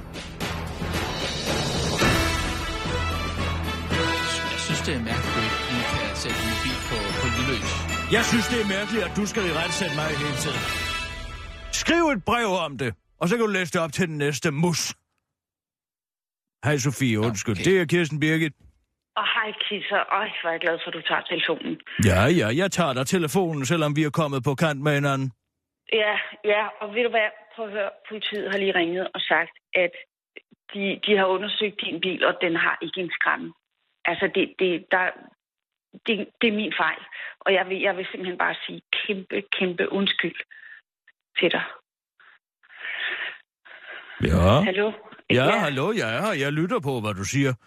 Jeg synes, det er mærkeligt, at du ikke kan sætte en mobil på lydløs. Jeg synes, det er mærkeligt, at du skal i retsætte mig hele tiden. Skriv et brev om det, og så kan du læse det op til den næste mus. Hej Sofie, undskyld. Okay. Det er Kirsten Birgit. Og hej Kisser, hvor er jeg glad for, at du tager telefonen. Ja, jeg tager dig telefonen, selvom vi er kommet på kant med hinanden. Ja, og ved du hvad, prøv at høre, politiet har lige ringet og sagt, at de har undersøgt din bil, og den har ikke en skræmme. Altså, det er min fejl, og jeg vil simpelthen bare sige kæmpe undskyld til dig. Ja. Hallo? Ja, hallo, jeg er her. Jeg lytter på, hvad du siger.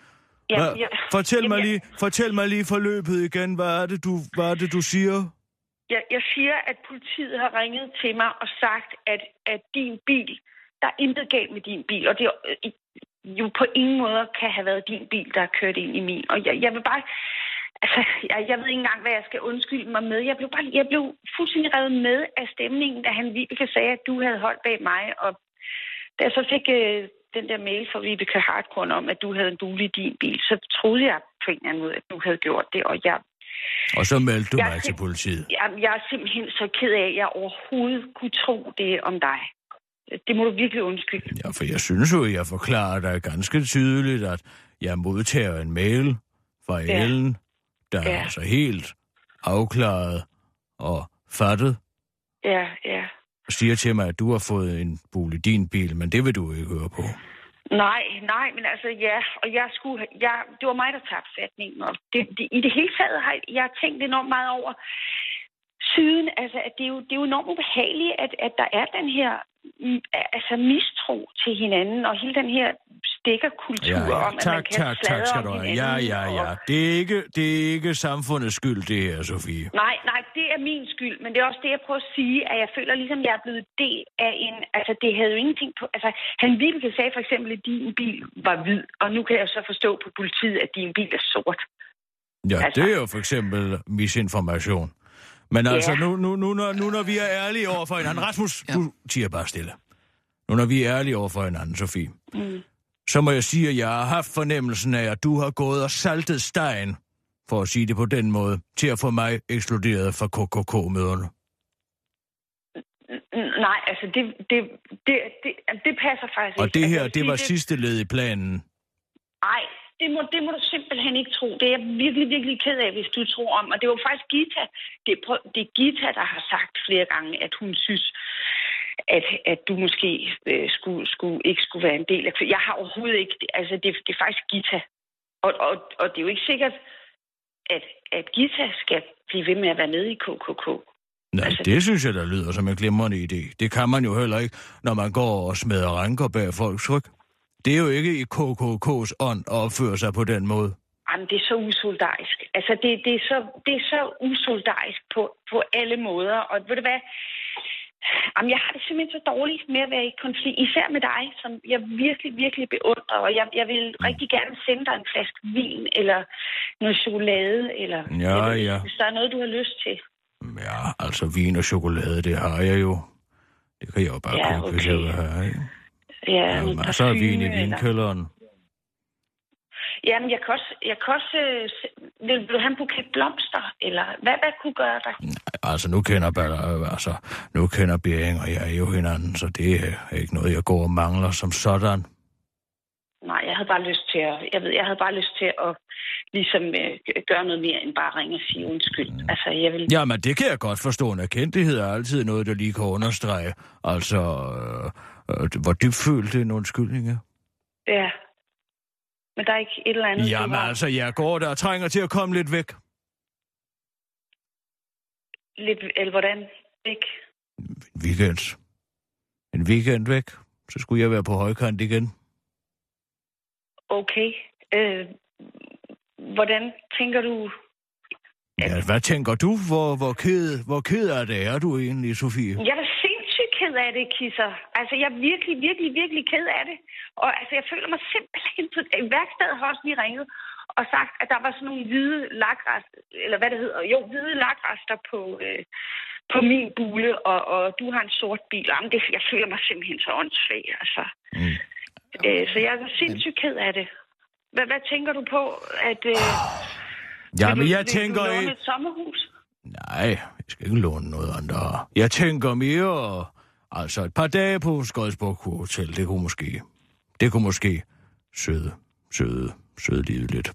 Fortæl mig lige forløbet igen. Hvad er det, du siger? Jeg siger, at politiet har ringet til mig og sagt, at din bil, der er intet galt med din bil, og det jo på ingen måde kan have været din bil, der har kørt ind i min. Og jeg vil bare... Altså, jeg ved ikke engang, hvad jeg skal undskylde mig med. Jeg blev fuldstændig revet med af stemningen, da han Vibeke sagde, at du havde holdt bag mig. Og da jeg så fik den der mail fra Vibeke Hardkorn om, at du havde en bule i din bil, så troede jeg på en eller anden måde, at du havde gjort det. Og så meldte du mig til politiet. Jeg er simpelthen så ked af, at jeg overhovedet kunne tro det om dig. Det må du virkelig undskylde. Ja, for jeg synes jo, at jeg forklarer dig ganske tydeligt, at jeg modtager en mail fra Ellen, der er altså helt afklaret og fattet. Ja. Og siger til mig, at du har fået en bule i din bil, men det vil du ikke høre på. Nej, men altså og det var mig, der tabte fatningen. Og i det hele taget har jeg tænkt enormt meget over siden, altså at det er jo enormt ubehageligt, at der er den her mistro til hinanden, og hele den her stikkerkultur om, at man kan sladre om hinanden. Ja. Det er ikke samfundets skyld, det her, Sofie. Nej, det er min skyld, men det er også det, jeg prøver at sige, at jeg føler ligesom, jeg er blevet del af en... Altså, det havde jo ingenting på... Altså, han Vibeke sagde for eksempel, at din bil var hvid, og nu kan jeg så forstå på politiet, at din bil er sort. Ja, altså, det er jo for eksempel misinformation. Men altså, nu når vi er ærlige over for hinanden... Rasmus, du tiger bare stille. Nu når vi er ærlige over for hinanden, Sofie, så må jeg sige, at jeg har haft fornemmelsen af, at du har gået og saltet stegen, for at sige det på den måde, til at få mig ekskluderet fra KKK-møderne. Nej, altså, det passer faktisk ikke. Og det her, det var sidste led i planen. Nej, det må du simpelthen ikke tro. Det er jeg virkelig, virkelig ked af, hvis du tror om. Og det var faktisk Gita. Det er Gita, der har sagt flere gange, at hun synes, at du måske ikke skulle være en del af... Jeg har overhovedet ikke... Altså, det er faktisk Gita. Og det er jo ikke sikkert, at Gita skal blive ved med at være med i KKK. Nej, altså, det synes jeg, der lyder som en glimrende idé. Det kan man jo heller ikke, når man går og smadrer ranker bag folks ryg. Det er jo ikke i KKK's ånd at opføre sig på den måde. Jamen, det er så usolidarisk. Altså, det er så usolidarisk på alle måder. Og ved du hvad? Jamen, jeg har det simpelthen så dårligt med at være i konflikt. Især med dig, som jeg virkelig, virkelig beundrer. Og jeg vil rigtig gerne sende dig en flaske vin, eller noget chokolade, eller hvis der er noget, du har lyst til. Ja, altså vin og chokolade, det har jeg jo. Det kan jeg jo bare købe, hvis jeg vil have, ikke? Ja, masser af vin i vinkælderen. Jamen, jeg kan også vil du have en buket blomster, eller hvad kunne gøre dig? Nej, altså nu kender Bering og jeg jo hinanden, så det er ikke noget, jeg går og mangler som sådan. Nej, jeg havde bare lyst til at ligesom gøre noget mere end bare ringe og sige undskyld. Altså, jeg vil... Jamen, det kan jeg godt forstå. En erkendelighed er altid noget, der lige kan understrege. Altså, hvor dybfølt en undskyldning er. Ja. Men der er ikke et eller andet... Jamen altså, jeg går der og trænger til at komme lidt væk. Lidt, eller hvordan? Væk? En weekend væk. Så skulle jeg være på højkant igen. Okay. Hvordan tænker du... Ja, hvad tænker du? Hvor ked af det er du egentlig, Sofie? Jeg er sindssygt ked af det, Kisser. Altså, jeg er virkelig, virkelig, virkelig ked af det. Og altså, jeg føler mig simpelthen... Værkstedet har også lige ringet og sagt, at der var sådan nogle hvide lakrester, eller hvad det hedder, hvide lakrester på min bule, og du har en sort bil. Jamen, jeg føler mig simpelthen så åndssvag, altså. Så jeg er sindssygt ked af det. Hvad tænker du på, at... Jamen, jeg tænker... Vil du låne et sommerhus? Nej, jeg skal ikke låne noget andet. Jeg tænker mere... Altså, et par dage på Skodsborg Hotel, det kunne måske søde livet lidt.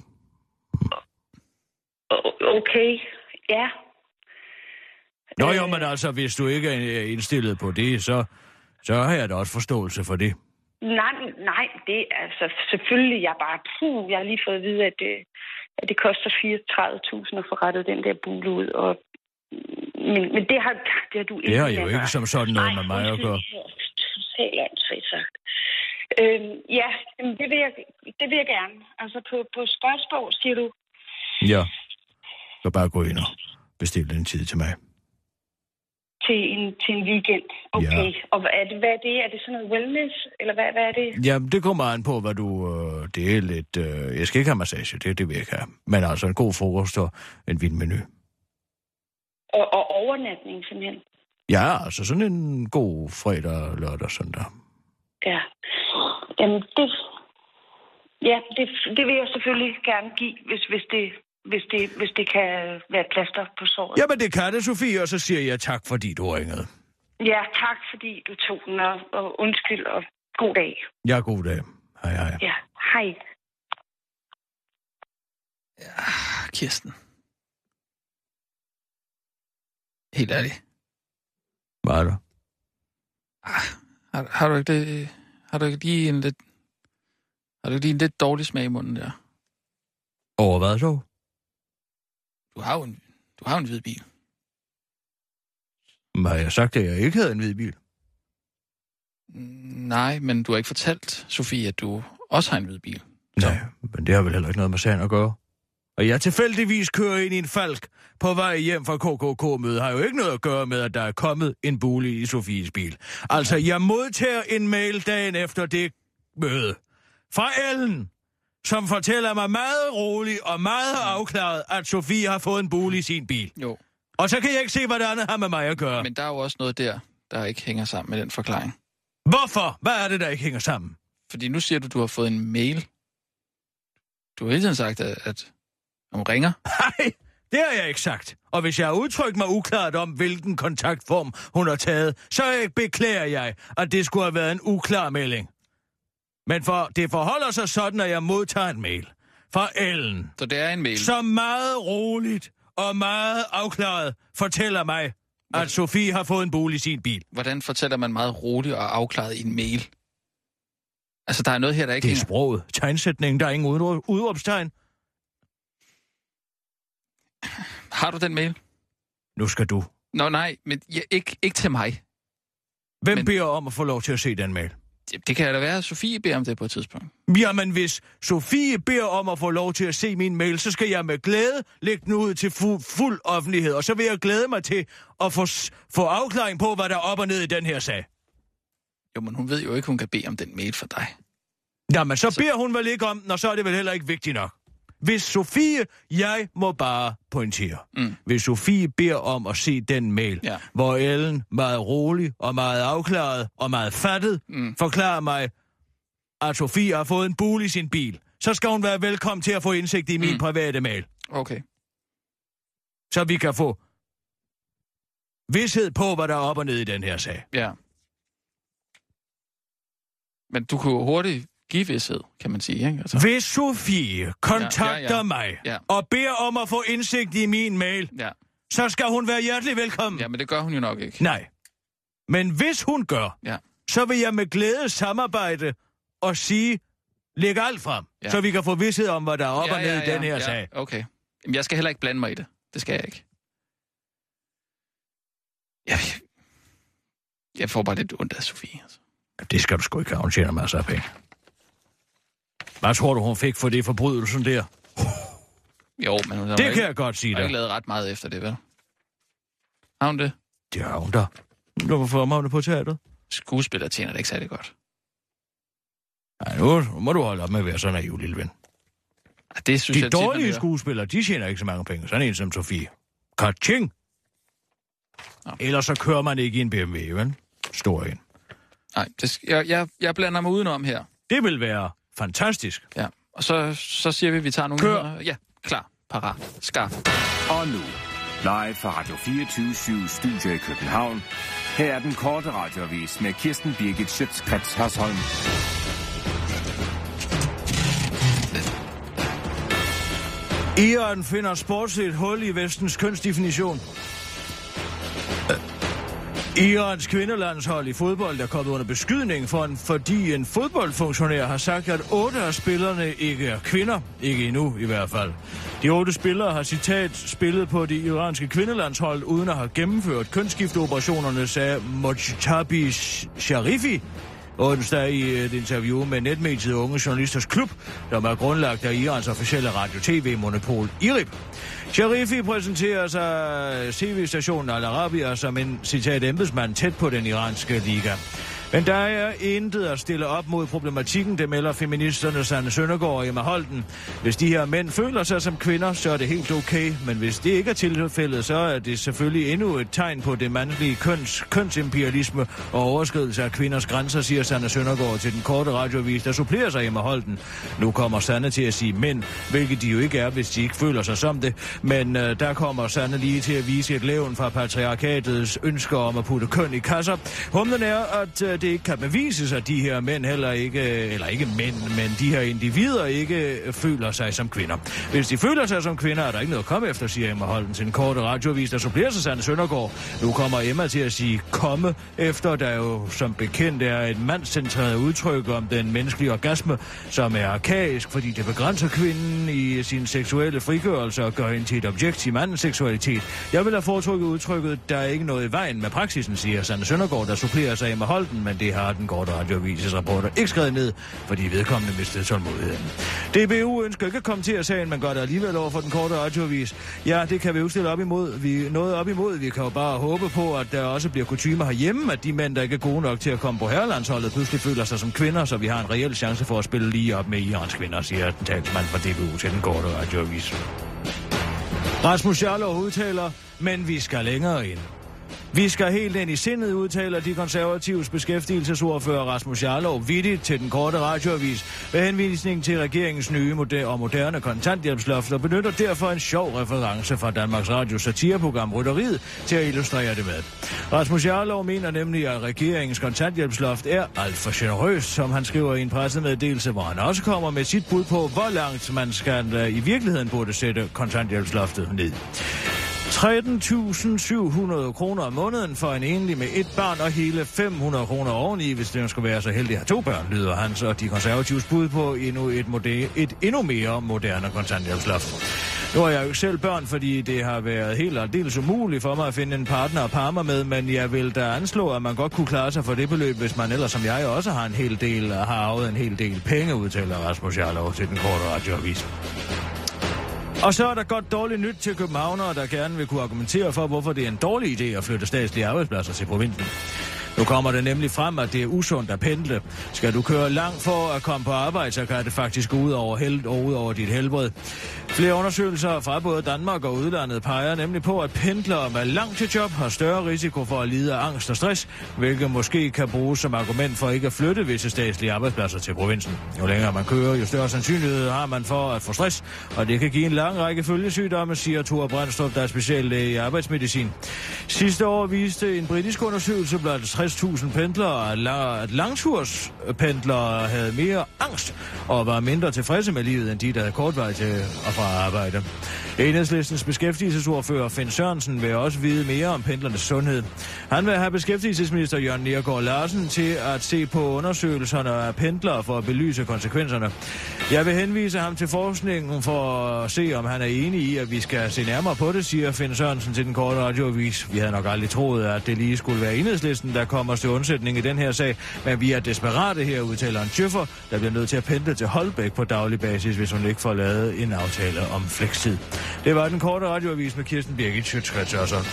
Okay, ja. Jo, men altså, hvis du ikke er indstillet på det, så har jeg da også forståelse for det. Nej, det er altså selvfølgelig, jeg har lige fået at vide, at det koster 34.000 at få rettet den der bule ud, men det har du ikke. Det har jo ikke som sådan noget med mig at gøre. Ja, det vil jeg gerne. Altså på Skodsborg, siger du? Ja, så bare gå ind og bestille en tid til mig. Til en weekend. Okay. Ja. Og hvad er det? Er det sådan noget wellness? Eller hvad er det? Jamen, det kommer an på, hvad du... det er lidt... jeg skal ikke have massage, det vil jeg ikke have. Men altså en god frokost og en vindmenu. Og overnatning simpelthen? Ja, altså sådan en god fredag, lørdag, søndag. Ja. Jamen, det vil jeg selvfølgelig gerne give, hvis det kan være plaster på såret. Jamen, det kan det, Sofie, og så siger jeg tak, fordi du ringede. Ja, tak, fordi du tog den, og undskyld, og god dag. Ja, god dag. Hej. Ja, hej. Ja, Kirsten. Helt ærligt. Hvad er der? Har du ikke det... Har du ikke lige en lidt dårlig smag i munden der? Over hvad så? Du har en hvid bil. Men har jeg sagt, at jeg ikke havde en hvid bil? Nej, men du har ikke fortalt, Sofie, at du også har en hvid bil. Så. Nej, men det har vel heller ikke noget med sagen at gøre. Og jeg tilfældigvis kører ind i en falk på vej hjem fra KKK-møde, har jo ikke noget at gøre med, at der er kommet en bule i Sofies bil. Altså, jeg modtager en mail dagen efter det møde fra Ellen, som fortæller mig meget roligt og meget afklaret, at Sofie har fået en bule i sin bil. Jo. Og så kan jeg ikke se, hvad det andet har med mig at gøre. Men der er jo også noget der ikke hænger sammen med den forklaring. Hvorfor? Hvad er det, der ikke hænger sammen? Fordi nu siger du har fået en mail. Du har hele tiden sagt, at hun ringer. Nej, det har jeg ikke sagt. Og hvis jeg har udtrykt mig uklart om, hvilken kontaktform hun har taget, så beklager jeg, at det skulle have været en uklar melding. Men det forholder sig sådan, at jeg modtager en mail fra Ellen. Så det er en mail? Som meget roligt og meget afklaret fortæller mig, at Sofie har fået en bule i sin bil. Hvordan fortæller man meget roligt og afklaret i en mail? Altså, der er noget her, der ikke hænger... Det er sproget. Tegnsætningen, der er ingen udråbstegn. Har du den mail? Nu skal du. Nå nej, men ikke til mig. Hvem beder om at få lov til at se den mail? Det kan da være, at Sofie beder om det på et tidspunkt. Jamen, hvis Sofie beder om at få lov til at se min mail, så skal jeg med glæde lægge den ud til fuld offentlighed. Og så vil jeg glæde mig til at få afklaring på, hvad der er op og ned i den her sag. Jo, men hun ved jo ikke, hun kan bede om den mail for dig. Jamen, så beder hun vel ikke om den, og så er det vel heller ikke vigtigt nok. Hvis Sofie, jeg må bare pointere, hvis Sofie beder om at se den mail, hvor Ellen meget rolig og meget afklaret og meget fattet forklarer mig, at Sofie har fået en bule i sin bil, så skal hun være velkommen til at få indsigt i min private mail. Okay. Så vi kan få vished på, hvad der er op og ned i den her sag. Ja. Men du kunne hurtigt give vished, kan man sige, ikke? Altså. Hvis Sofie kontakter mig og beder om at få indsigt i min mail, så skal hun være hjertelig velkommen. Ja, men det gør hun jo nok ikke. Nej. Men hvis hun gør, så vil jeg med glæde samarbejde og sige, læg alt frem, så vi kan få vished om, hvad der er op og ned i den her sag. Okay. Jamen, jeg skal heller ikke blande mig i det. Det skal jeg ikke. Jeg får bare lidt ondt af Sofie. Altså. Det skal du sgu ikke have. Hun tjener masser af penge. Hvad tror du, hun fik for det forbrydelsen der? Jo, men hun det kan jeg godt sige dig. Hun har ikke lavet ret meget efter det, vel? Har hun det? Det har hun da. Hvorfor har hun det på teateret? Skuespiller tjener det ikke særlig godt. Nej, nu må du holde op med at være sådan en naiv, lille ven. Ja, det synes de dårlige skuespillere, de tjener ikke så mange penge. Sådan en som Sofie. Ka-ching! Ellers så kører man ikke i en BMW, vel? Stor en. Nej, jeg blander mig udenom her. Det vil være fantastisk. Ja, og så siger vi tager nogle... Kør! Ja, klar, parat, skarp. Og nu, live fra Radio 24/7 Studio i København. Her er den korte radioavis med Kirsten Birgit Schøtz-Krets Hørsholm. Iran finder sportsligt hul i vestens kønsdefinition. Irans kvindelandshold i fodbold er kommet under beskydning fordi en fodboldfunktionær har sagt, at 8 af spillerne ikke er kvinder. Ikke endnu i hvert fald. De 8 spillere har spillet på det iranske kvindelandshold uden at have gennemført kønsskifteoperationerne, sagde Mojtabi Sharifi onsdag i et interview med netmediet Unge Journalisters Klub, der er grundlagt af Irans officielle radio-tv-monopol IRIB. Sharifi præsenterer sig tv-stationen Al Arabiya som en, citat, embedsmand tæt på den iranske liga. Men der er intet at stille op mod problematikken, det melder feministerne Sanne Søndergaard og Emma Holten. Hvis de her mænd føler sig som kvinder, så er det helt okay, men hvis det ikke er tilfældet, så er det selvfølgelig endnu et tegn på det mandlige kønsimperialisme og overskridelse af kvinders grænser, siger Sanne Søndergaard til den korte radioavis, der supplerer sig Emma Holten. Nu kommer Sanne til at sige mænd, hvilket de jo ikke er, hvis de ikke føler sig som det, men der kommer Sanne lige til at vise et levn fra patriarkatets ønsker om at putte køn i kasser. Humlen er, at det ikke kan bevises, at de her mænd heller ikke, eller ikke mænd, men de her individer ikke føler sig som kvinder. Hvis de føler sig som kvinder, er der ikke noget at komme efter, siger Emma Holten til en korte radioavis, der supplerer sig Sanne Søndergaard. Nu kommer Emma til at sige komme efter, der jo som bekendt er et mandscentreret udtryk om den menneskelige orgasme, som er arkaisk, fordi det begrænser kvinden i sin seksuelle frigørelse og gør hende til et objekt i mandens seksualitet. Jeg vil have foretrukket udtrykket, der er ikke noget i vejen med praksisen, siger Sanne Søndergaard, der supplerer sig Emma Holten, men det har den korte radioavises rapporter ikke skrevet ned, fordi vedkommende mistede tålmodigheden. DBU ønsker ikke at kommentere sagen, men gør det alligevel over for den korte radioavis. Ja, det kan vi jo stille op imod. Vi kan jo bare håbe på, at der også bliver kutymer herhjemme, at de mænd, der ikke er gode nok til at komme på herrelandsholdet, pludselig føler sig som kvinder, så vi har en reel chance for at spille lige op med Irans kvinder, siger den talsmand fra DBU til den korte radioavis. Rasmus Jarlov udtaler, men vi skal længere ind. Vi skal helt ind i sindet, udtaler de konservatives beskæftigelsesordfører Rasmus Jarlov vittigt til den korte radioavis med henvisning til regeringens nye og moderne kontanthjælpsloft og benytter derfor en sjov reference fra Danmarks Radio satireprogram Rytteriet til at illustrere det med. Rasmus Jarlov mener nemlig, at regeringens kontanthjælpsloft er alt for generøst, som han skriver i en pressemeddelelse, hvor han også kommer med sit bud på, hvor langt man skal i virkeligheden burde sætte kontanthjælpsloftet ned. 13.700 kroner om måneden for en enlig med et barn og hele 500 kroner oveni, hvis den skulle være så heldig at have 2 børn, lyder hans og de konservatives bud på et endnu mere moderne kontanthjælpsloft. Nu har jeg jo ikke selv børn, fordi det har været helt aldeles umuligt for mig at finde en partner at parre mig med, men jeg vil da anslå, at man godt kunne klare sig for det beløb, hvis man ellers som jeg også har arvet en hel del penge, udtaler Rasmus Jarlov til den korte radioavis. Og så er der godt dårligt nyt til københavnere, der gerne vil kunne argumentere for, hvorfor det er en dårlig idé at flytte statslige arbejdspladser til provinsen. Nu kommer det nemlig frem, at det er usundt at pendle. Skal du køre langt for at komme på arbejde, så kan det faktisk gå ud over dit helbred. Flere undersøgelser fra både Danmark og udlandet peger nemlig på, at pendlere med langt til job har større risiko for at lide af angst og stress, hvilket måske kan bruges som argument for ikke at flytte visse statslige arbejdspladser til provinsen. Jo længere man kører, jo større sandsynlighed har man for at få stress, og det kan give en lang række følgesygdomme, siger Thor Brandstrup, der er speciallæge i arbejdsmedicin. Sidste år viste en britisk undersøgelse blandt 60.000 pendlere, at langturspendlere havde mere angst og var mindre tilfredse med livet, end de, der havde kort vej til og fra arbejde. Enhedslistens beskæftigelsesordfører Finn Sørensen vil også vide mere om pendlernes sundhed. Han vil have beskæftigelsesminister Jørgen Neergaard Larsen til at se på undersøgelserne af pendlere for at belyse konsekvenserne. Jeg vil henvise ham til forskningen for at se, om han er enig i, at vi skal se nærmere på det, siger Finn Sørensen til den korte radioavis. Vi havde nok aldrig troet, at det lige skulle være Enhedslisten, der kommer til undsætning i den her sag, men vi er desperate her, udtaler en tjøffer, der bliver nødt til at pendle til Holbæk på daglig basis, hvis hun ikke får lavet en aftale om flekstid. Det var den korte radioavis med Kirsten Birgit Schøtz-Krets Hørsholm.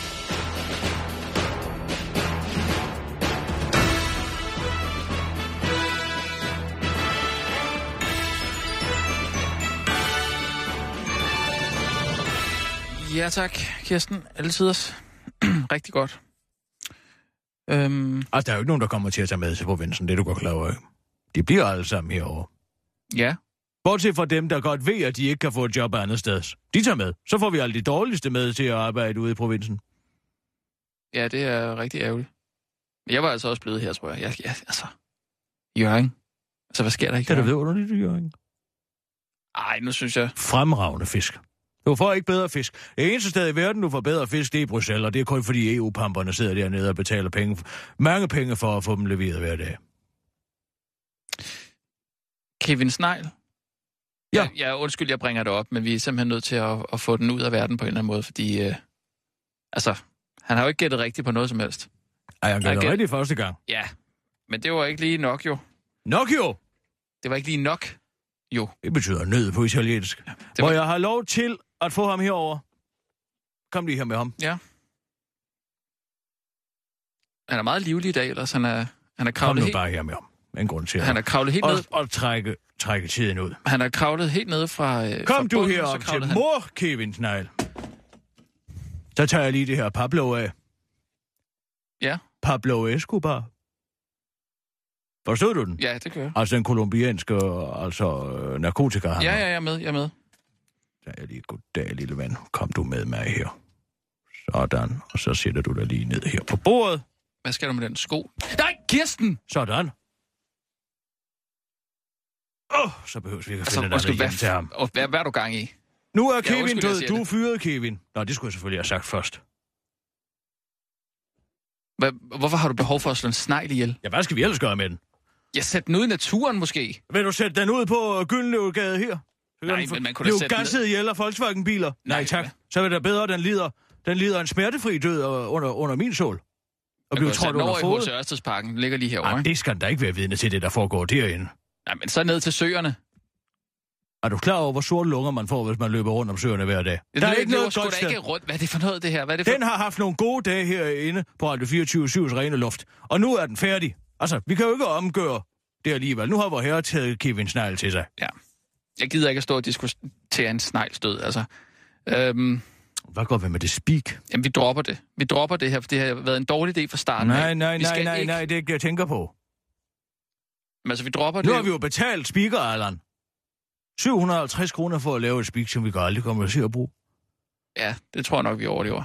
Ja tak, Kirsten. Altiders. Rigtig godt. Altså, der er jo ikke nogen, der kommer til at tage med til provinsen, det er du godt klar over. De bliver alle sammen herovre. Ja. Bortset fra dem, der godt ved, at de ikke kan få et job andet sted. De tager med. Så får vi alle de dårligste med til at arbejde ude i provinsen. Ja, det er rigtig ærgerligt. Jeg var altså også blevet her, tror jeg. Altså, Jørgen. Altså, hvad sker der ikke? Det er da underligt, Jørgen. Ej, nu synes jeg... Fremragende fisk. Du får ikke bedre fisk. Det eneste sted i verden, du får bedre fisk, det er i Bruxelles, og det er kun fordi EU-pamperne sidder dernede og betaler mange penge for at få dem leveret hver dag. Kevin Snegl? Ja. Undskyld, jeg bringer det op, men vi er simpelthen nødt til at få den ud af verden på en eller anden måde, fordi... han har jo ikke gættet rigtigt på noget som helst. Ej, han gættede rigtigt første gang. Ja, men det var ikke lige nok, jo. Nok jo? Det var ikke lige nok, jo. Det betyder nød på italiensk. Ja, hvor jeg har lov til at få ham herover. Kom lige her med ham. Ja. Han er meget livlig i dag, ellers han er kravlet Kom nu bare her med ham. En grund til. Han er kravlet helt ned. Og trække tiden ud. Han er kravlet helt ned fra... Kom du herop til mor, Kevin Snegl. Så tager jeg lige det her Pablo af. Ja. Pablo Escobar. Forstod du den? Ja, det gør jeg. Altså den kolumbianske, narkotika. Ja, jeg er med. Så er lige goddag, lille ven. Kom du med mig her. Sådan. Og så sætter du dig lige ned her på bordet. Hvad skal du med den sko? Nej, Kirsten! Sådan. Så behøves vi ikke at finde dig hjem til ham. Hvad er du gang i? Nu er Kevin død. Du er fyret, Kevin. Nå, det skulle jeg selvfølgelig have sagt først. Hvorfor har du behov for at slå en snegl ihjel? Ja, hvad skal vi ellers gøre med den? Jeg sætter den ud i naturen, måske. Vil du sætte den ud på Gyldenløvegade her? Nej, men man kunne da sætte den... Blev gasset ihjel af Volkswagen-biler? Nej, tak. Så vil det bedre, den lider en smertefri død under min sål. Og bliver trådt under fodet. H.C. Ørstedsparken. Den ligger lige herovre. Nej, det skal da ikke være vidne til det, der foregår derinde. Nej, men så ned til søerne. Er du klar over, hvor sorte lunger man får, hvis man løber rundt om søerne hver dag? Der er ikke noget godt sted. Ikke rundt. Hvad er det for noget, det her? Den har haft nogle gode dage herinde på Radio 24/7's rene luft. Og nu er den færdig. Altså, vi kan jo ikke omgøre det alligevel. Nu har vor herre taget Kevin Snegl til sig. Ja. Jeg gider ikke at stå og diskutere en snegls-død, altså. Hvad går vi med det speak? Jamen, vi dropper det. Vi dropper det her, for det har været en dårlig idé fra starten. Nej, det er ikke det, jeg tænker på. Men altså, vi dropper det. Nu har vi jo betalt speaker, Allan. 750 kroner for at lave et speak, som vi kan aldrig kommer til at bruge. Ja, det tror jeg nok, vi overlever.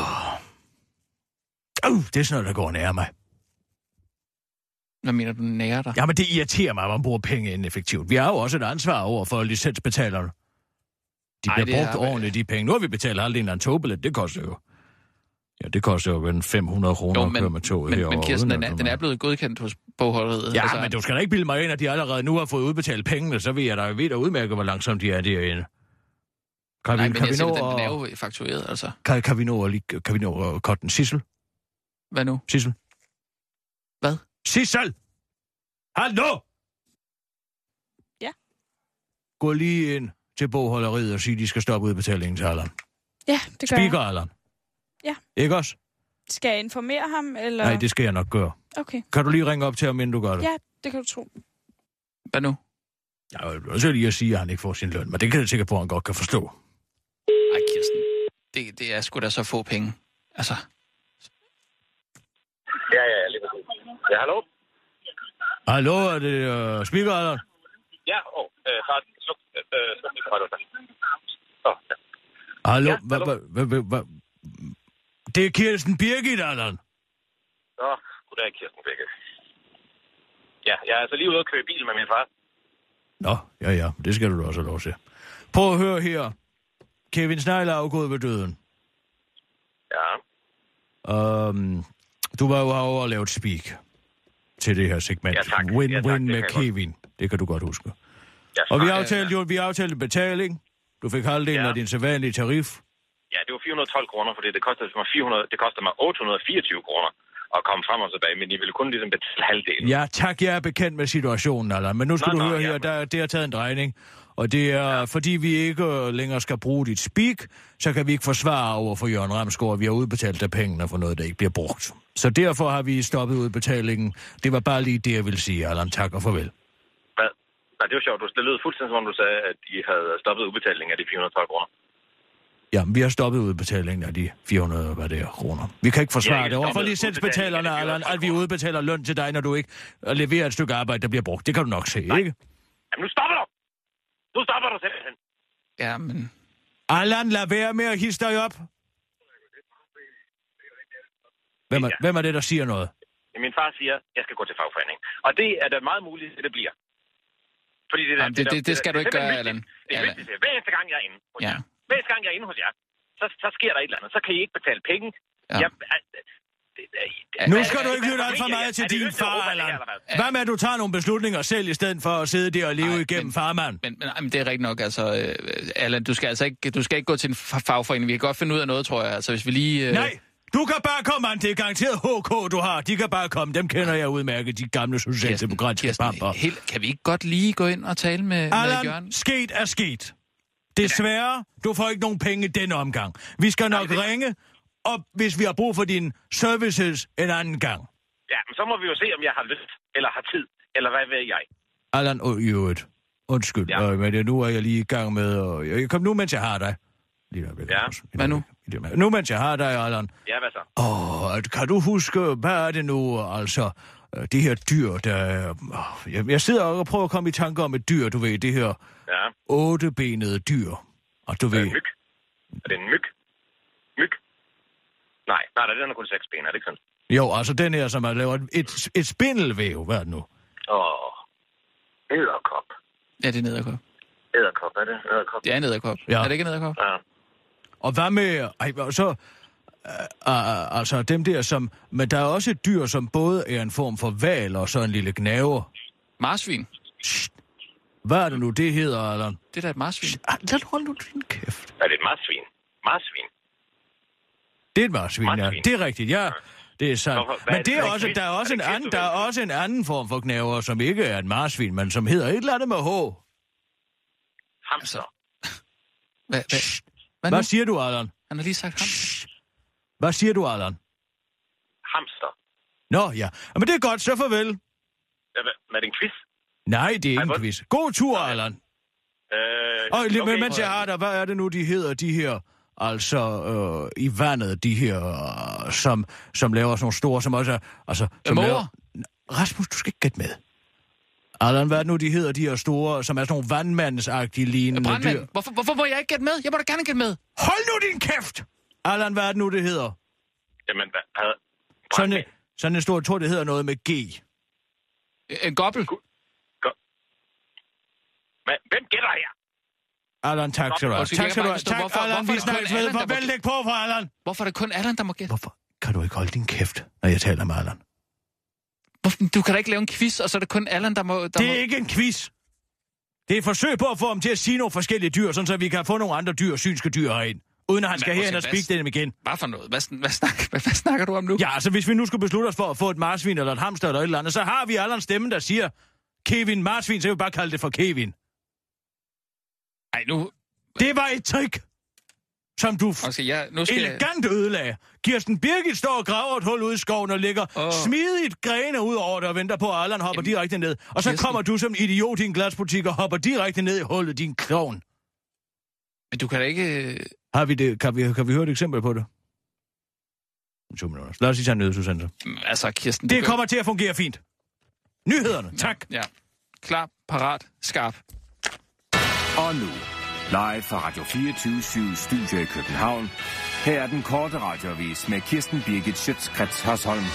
Det er sådan noget, der går nær mig. Hvad mener du, nære dig? Jamen, det irriterer mig, at man bruger penge ineffektivt. Vi har jo også et ansvar over for licensbetalerne. De bliver brugt ordentligt, de penge. Nu har vi betalt halvdelen af en togbillet. Det koster jo... Ja, det koster jo 500 kroner at køre med toget herovre. Men Kirsten, den er blevet godkendt hos bogholderiet. Ja, altså, men du skal da ikke bilde mig ind, at de allerede nu har fået udbetalt pengene, så vil jeg da ved at udmærke, hvor langsomt de er derinde. Den er jo faktureret, altså. Kan vi nå at korte den? Sissel? Hvad nu? Sissel? Hvad? Sissel! Hallo! Ja? Gå lige ind til bogholderiet og sige, at de skal stoppe udbetalingen til Allan. Ja, det gør Speaker Allan. Ja. Ikke også? Skal jeg informere ham, eller? Nej, det skal jeg nok gøre. Okay. Kan du lige ringe op til ham, inden du gør det? Ja, det kan du tro. Hvad nu? Jeg vil også lige at sige, at han ikke får sin løn, men det kan jeg sikkert på, at han godt kan forstå. Ej, Kirsten. Det er sgu da så få penge. Altså. Ja, lige præcis. Ja, hallo? Hallo, er det speaker, eller? Ja, sluk ja. Hallo, ja, hvad? Det er Kirsten Birgit, eller? Nå, goddag, Kirsten Birgit. Ja, jeg er altså lige ude at køre bil med min far. Nå, ja, det skal du da også have lov til. Prøv at høre her. Kevin Snegler er afgået ved døden. Ja. Du var jo herovre og lavet speak til det her segment. Ja, tak. Win-win med Kevin. Det kan du godt huske. Ja, og vi aftalte en betaling. Du fik halvdelen af din sædvanlige tarif. Ja, det var 412 kroner, fordi det koster mig 824 kroner at komme frem og tilbage, men I ville kun ligesom betale halvdelen. Ja, tak, jeg er bekendt med situationen, Allan. Men nu skal du høre her, det har taget en drejning. Og det er, fordi vi ikke længere skal bruge dit speak, så kan vi ikke forsvare over for Jørgen Ramsgaard, at vi har udbetalt af pengene for noget, der ikke bliver brugt. Så derfor har vi stoppet udbetalingen. Det var bare lige det, jeg ville sige, Allan. Tak og farvel. Hvad? Nej, det var sjovt. Det lød fuldstændig, som om du sagde, at I havde stoppet udbetalingen af de 412 kroner. Ja, vi har stoppet udbetalingen af de 400 kroner. Vi kan ikke forsvare det overfor licensbetalerne, Allan, at vi udbetaler løn til dig, når du ikke leverer et stykke arbejde, der bliver brugt. Det kan du nok se, ikke? Jamen, nu stopper du! Nu stopper du simpelthen. Ja, men... Allan, lad være med at hisse dig op. Hvem er det, der siger noget? Min far siger, at jeg skal gå til fagforening. Og det er da meget muligt, at det bliver. Fordi det skal du ikke gøre, Allan. Det er vigtigt. Hver eneste gang, jeg er inde hos jer. Hver eneste gang, jeg er inde hos jer, så sker der et eller andet. Så kan I ikke betale penge. Ja. Nu skal du ikke lytte alt for meget til din far, Allan. Hvad med, at du tager nogle beslutninger selv, i stedet for at sidde der og leve igennem farmand? Men det er rigtigt nok, altså, Allan, du skal ikke gå til en fagforening. Vi kan godt finde ud af noget, tror jeg. Altså, hvis vi lige... Nej! Du kan bare komme an, det er garanteret HK, du har. De kan bare komme, dem kender jeg udmærket, de gamle socialdemokratiske bamper. Kan vi ikke godt lige gå ind og tale med Jørgen? Sket er sket. Desværre, du får ikke nogen penge denne omgang. Vi skal nok ringe, og hvis vi har brug for dine services en anden gang. Ja, men så må vi jo se, om jeg har lyst, eller har tid, eller hvad ved jeg. Allan, undskyld, men nu er jeg lige i gang med, og jeg kom nu, mens jeg har dig. Hvad nu? Nu, mens jeg har dig, Allan. Ja, hvad så? Kan du huske, hvad er det nu, altså, det her dyr, der... Jeg sidder og prøver at komme i tanke om et dyr, du ved, det her 8-benede dyr. Og du ved... Myg? Er det en myg? Myg? Nej, den er kun 6 ben, er det ikke sådan? Jo, altså den her, som har lavet et spindelvæv, hvad er det nu? Edderkop. Ja, det er en edderkop. Edderkop, er det? Edderkop? Det er en edderkop. Ja. Er det ikke en edderkop? Ja. Og hvad med... altså dem der, som... Men der er også et dyr, som både er en form for hval og så en lille gnaver. Marsvin. Hvad er det nu, det hedder, Allan? Det er da et marsvin. Hold nu din kæft. Er det et marsvin? Marsvin? Det er et marsvin, ja. Det er rigtigt, ja. Det er sandt. Men det er også, der er også en anden form for gnaver, som ikke er et marsvin, men som hedder et eller andet med H. Hamster. Hvad siger du, Allan? Han har lige sagt hamster. Hvad siger du, Allan? Hamster. Nå, ja. Men det er godt, så farvel. Ja, er det en quiz? Nej, det er ikke en quiz. God tur, Allan. Okay, mens jeg har der, hvad er det nu, de hedder, de her... Altså, i vandet, de her, som laver sådan nogle store, som også er... Altså, som laver... Rasmus, du skal ikke gætte med. Allan, hvad er det nu, de hedder, de her store, som er sådan nogle vandmandsagtige lignende dyr? Hvorfor må jeg ikke gætte med? Jeg må da gerne gætte med. Hold nu din kæft! Allan, hvad er det nu, det hedder? Jamen, hvad? Sådan en stor, jeg tror, det hedder noget med G. En gobbel? Hvem gætter her? Allan, tak skal du have. Tak skal du have. Tak, Allan, vi snakkes ved. Farvel, læg på for Allan. Hvorfor er det kun Allan, der må gætte? Hvorfor kan du ikke holde din kæft, når jeg taler med Allan? Du kan da ikke lave en quiz, og så er det kun Allan, der må... Det er ikke en quiz. Det er et forsøg på at få ham til at sige nogle forskellige dyr, sådan så vi kan få nogle andre dyr, synske dyr herind. Uden at han skal herhen og spikke dem igen. Hvad for noget? Hvad snakker du om nu? Ja, altså hvis vi nu skulle beslutte os for at få et marsvin eller et hamster eller et eller andet, så har vi Allans stemme, der siger Kevin Marsvin, så vil vi bare kalde det for Kevin. Ej, nu... Det var et trick. som du elegant ødelagde. Kirsten Birgit står og graver et hul ud i skoven og ligger smidigt grene ud over det og venter på, at Allan hopper direkte ned. Og så kommer du som idiot i en glasbutik og hopper direkte ned i hullet, din klovn. Men du kan da ikke... Har vi det? Kan vi høre et eksempel på det? 2 minutter. Lad os lige tage en nyhedsudsendelse. Altså, Kirsten... Det kommer til at fungere fint. Nyhederne, tak. Ja. Klar, parat, skarp. Og nu, live fra Radio 24/7 Studio i København. Her er den korte radioavis med Kirsten Birgit Schøtz-Krets Hørsholm.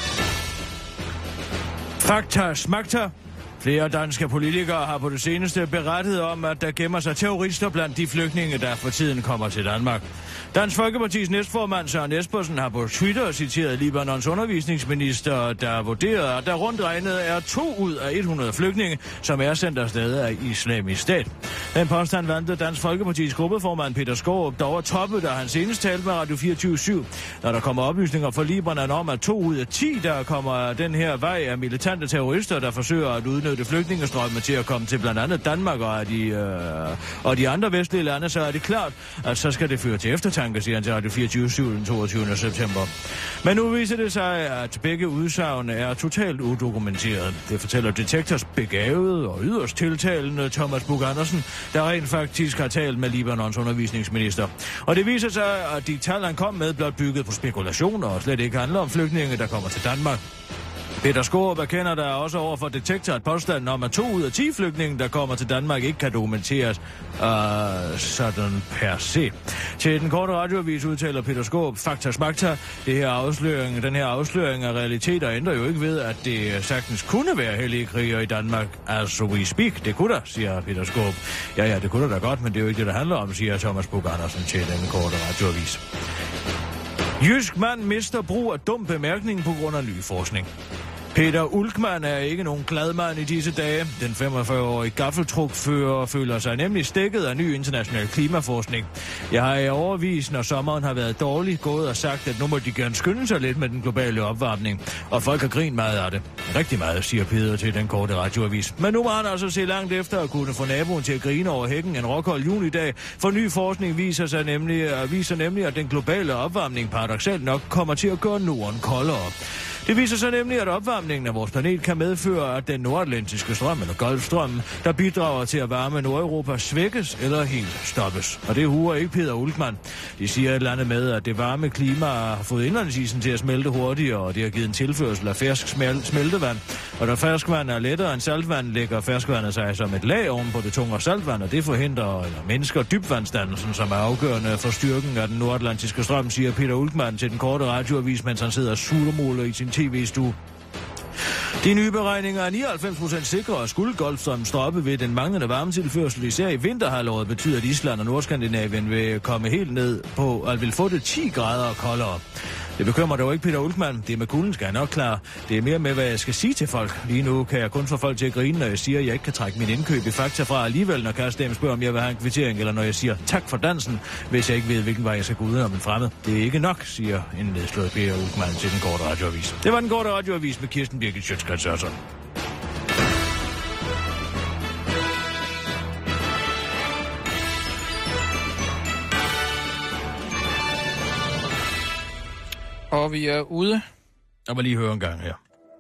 Fakta smagta. Flere danske politikere har på det seneste berettet om, at der gemmer sig terrorister blandt de flygtninge, der for tiden kommer til Danmark. Dansk Folkepartis næstformand Søren Espersen har på Twitter citeret Libanons undervisningsminister, der vurderede, at der rundt regnet er 2 ud af 100 flygtninge, som er sendt afsted af Islamisk Stat. Den påstand valgte Dansk Folkepartis gruppeformand Peter Skaarup dog toppet, da han senest talte med Radio 24/7, når der kommer oplysninger fra Libanon om, at 2 ud af 10, der kommer af den her vej, af militante terrorister, der forsøger at udnytte flygtningestrømme til at komme til blandt andet Danmark og de andre vestlige lande, så er det klart, at så skal det føre til eftertanke, siger han til Radio 24/7 den 22. september. Men nu viser det sig, at begge udsagn er totalt udokumenteret. Det fortæller Detektors begavede og yderst tiltalende Thomas Buch-Andersen, der rent faktisk har talt med Libanons undervisningsminister. Og det viser sig, at de tal, han kom med, blot bygget på spekulationer og slet ikke handler om flygtninge, der kommer til Danmark. Peter Skaarup erkender der også over for Detektor et påstand om, at 2 ud af 10 flygtninge, der kommer til Danmark, ikke kan dokumenteres sådan per se. Til den korte radioavis udtaler Peter Skaarup, fakta smagta, den her afsløring af realiteter ændrer jo ikke ved, at det sagtens kunne være hellige kriger i Danmark. Altså we speak, det kunne der, siger Peter Skaarup. Ja, det kunne der da godt, men det er jo ikke det, der handler om, siger Thomas Buch-Andersen til den korte radioavis. Jysk mand mister brug af dum bemærkning på grund af ny forskning. Peter Ulkmann er ikke nogen glad mand i disse dage. Den 45-årige gaffeltrukfører føler sig nemlig stikket af ny international klimaforskning. Jeg har i overvis, når sommeren har været dårlig, gået og sagt, at nu må de gerne skynde sig lidt med den globale opvarmning. Og folk har grint meget af det. Rigtig meget, siger Peter til den korte radioavis. Men nu må han altså se langt efter at kunne få naboen til at grine over hækken en råkold junidag. For ny forskning viser nemlig, at den globale opvarmning paradoksalt nok kommer til at gøre Norden koldere. Det viser sig nemlig, at opvarmningen af vores planet kan medføre, at den nordatlantiske strøm, eller Golfstrømmen, der bidrager til at varme Nordeuropa, svækkes eller helt stoppes. Og det huer ikke Peter Ulkmann. De siger et eller andet med, at det varme klima har fået indlandsisen til at smelte hurtigere, og det har givet en tilførsel af fersk smeltevand. Og da ferskvand er lettere end saltvand, lægger ferskvandet sig som et lag oven på det tungere saltvand, og det forhindrer eller mindsker dybvandsdannelsen, som er afgørende for styrken af den nordatlantiske strøm, siger Peter Ulkmann til den korte radioavis, mens han sidder og surmuler i sin tv-stue. De nye beregninger er 99% sikre, og skulle Golfstrømmen stoppe ved den manglende varmetilførsel, især i vinterhalvåret, betyder, at Island og Nordskandinavien vil komme helt ned på, at vil få det 10 grader koldere. Det bekymrer dog ikke Peter Ulkmann. Det med kulden skal jeg nok klare. Det er mere med, hvad jeg skal sige til folk. Lige nu kan jeg kun få folk til at grine, når jeg siger, at jeg ikke kan trække min indkøb i Fakta fra alligevel, når kærestemen spørger, om jeg vil have en kvittering, eller når jeg siger tak for dansen, hvis jeg ikke ved, hvilken vej jeg skal gå ud om en fremmed. Det er ikke nok, siger en nedslået Peter Ulkmann til den korte radioavis. Det var den korte radioavis med Kirsten Birgit Schøtz-Krets Hørsholm. Og vi er ude. Jeg må lige høre en gang her.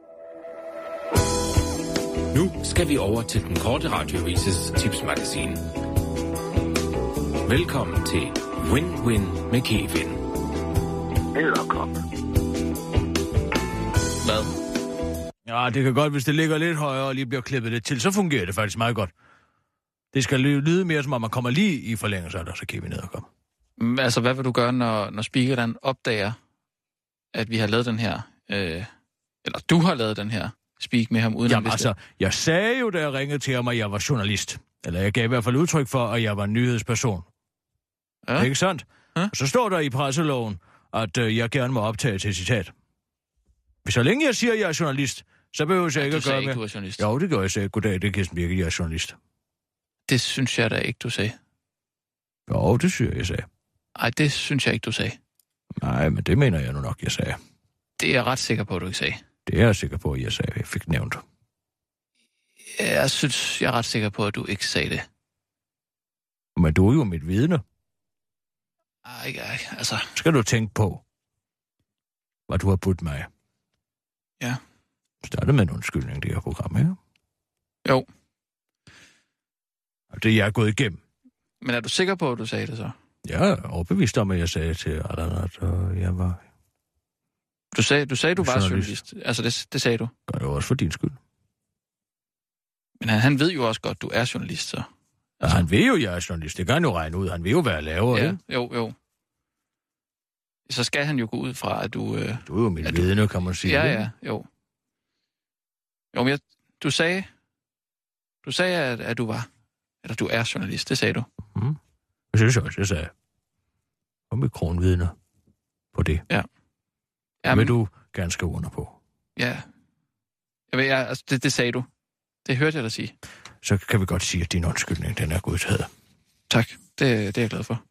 Nu skal vi over til den korte radioavises tipsmagasin. Velkommen til Win-Win med Kevin. Velkommen. Hvad? Ja, det kan godt, hvis det ligger lidt højere og lige bliver klippet lidt til, så fungerer det faktisk meget godt. Det skal lyde mere, som om man kommer lige i forlængelse af det, så Kevin ned og komme. Altså, hvad vil du gøre, når speakeren opdager, at vi har lavet den her, eller du har lavet den her speak med ham uden Jamen altså, jeg sagde jo, da jeg ringede til ham, at jeg var journalist. Eller jeg gav i hvert fald udtryk for, at jeg var en nyhedsperson. Ja. Ikke sandt? Ja. Og så står der i presseloven, at jeg gerne må optage til citat. Hvis så længe jeg siger, at jeg er journalist, så behøver jeg ikke at gøre med. Du er journalist. Jo, det gør jeg. Sagde, goddag, det er Kirsten Birgit, jeg er journalist. Det synes jeg da ikke, du sagde. Jo, det synes jeg sagde. Nej, det synes jeg ikke, du sagde. Nej, men det mener jeg nu nok, jeg sagde. Det er jeg ret sikker på, at du ikke sagde. Det er jeg sikker på, at jeg sagde. Jeg fik nævnt. Jeg synes, jeg er ret sikker på, at du ikke sagde det. Men du er jo mit vidne. Ikke, altså... Skal du tænke på, hvad du har budt mig? Ja. Startede med en undskyldning, det her program, ikke? Jo. Og det jeg er gået igennem. Men er du sikker på, at du sagde det så? Jeg er overbevist om, at jeg sagde til Allan, at jeg var... Du sagde, du var journalist. Altså, det sagde du. Gør det også for din skyld. Men han ved jo også godt, du er journalist, så. Altså, han ved jo, jeg er journalist. Det kan han jo regne ud. Han ved jo, hvad jeg laver, ja, ikke? Jo. Så skal han jo gå ud fra, at du... Du er jo min vidne, kan man sige. Ja, jo. Jo, men du sagde, at du var... Eller du er journalist, det sagde du. Mm. Jeg synes også, jeg sagde... Kom med kronvidner på det. Ja. Det vil du gerne skrive under på. Ja. Altså, det sagde du. Det hørte jeg dig sige. Så kan vi godt sige, at din undskyldning, den er godtaget. Tak. Det er jeg glad for.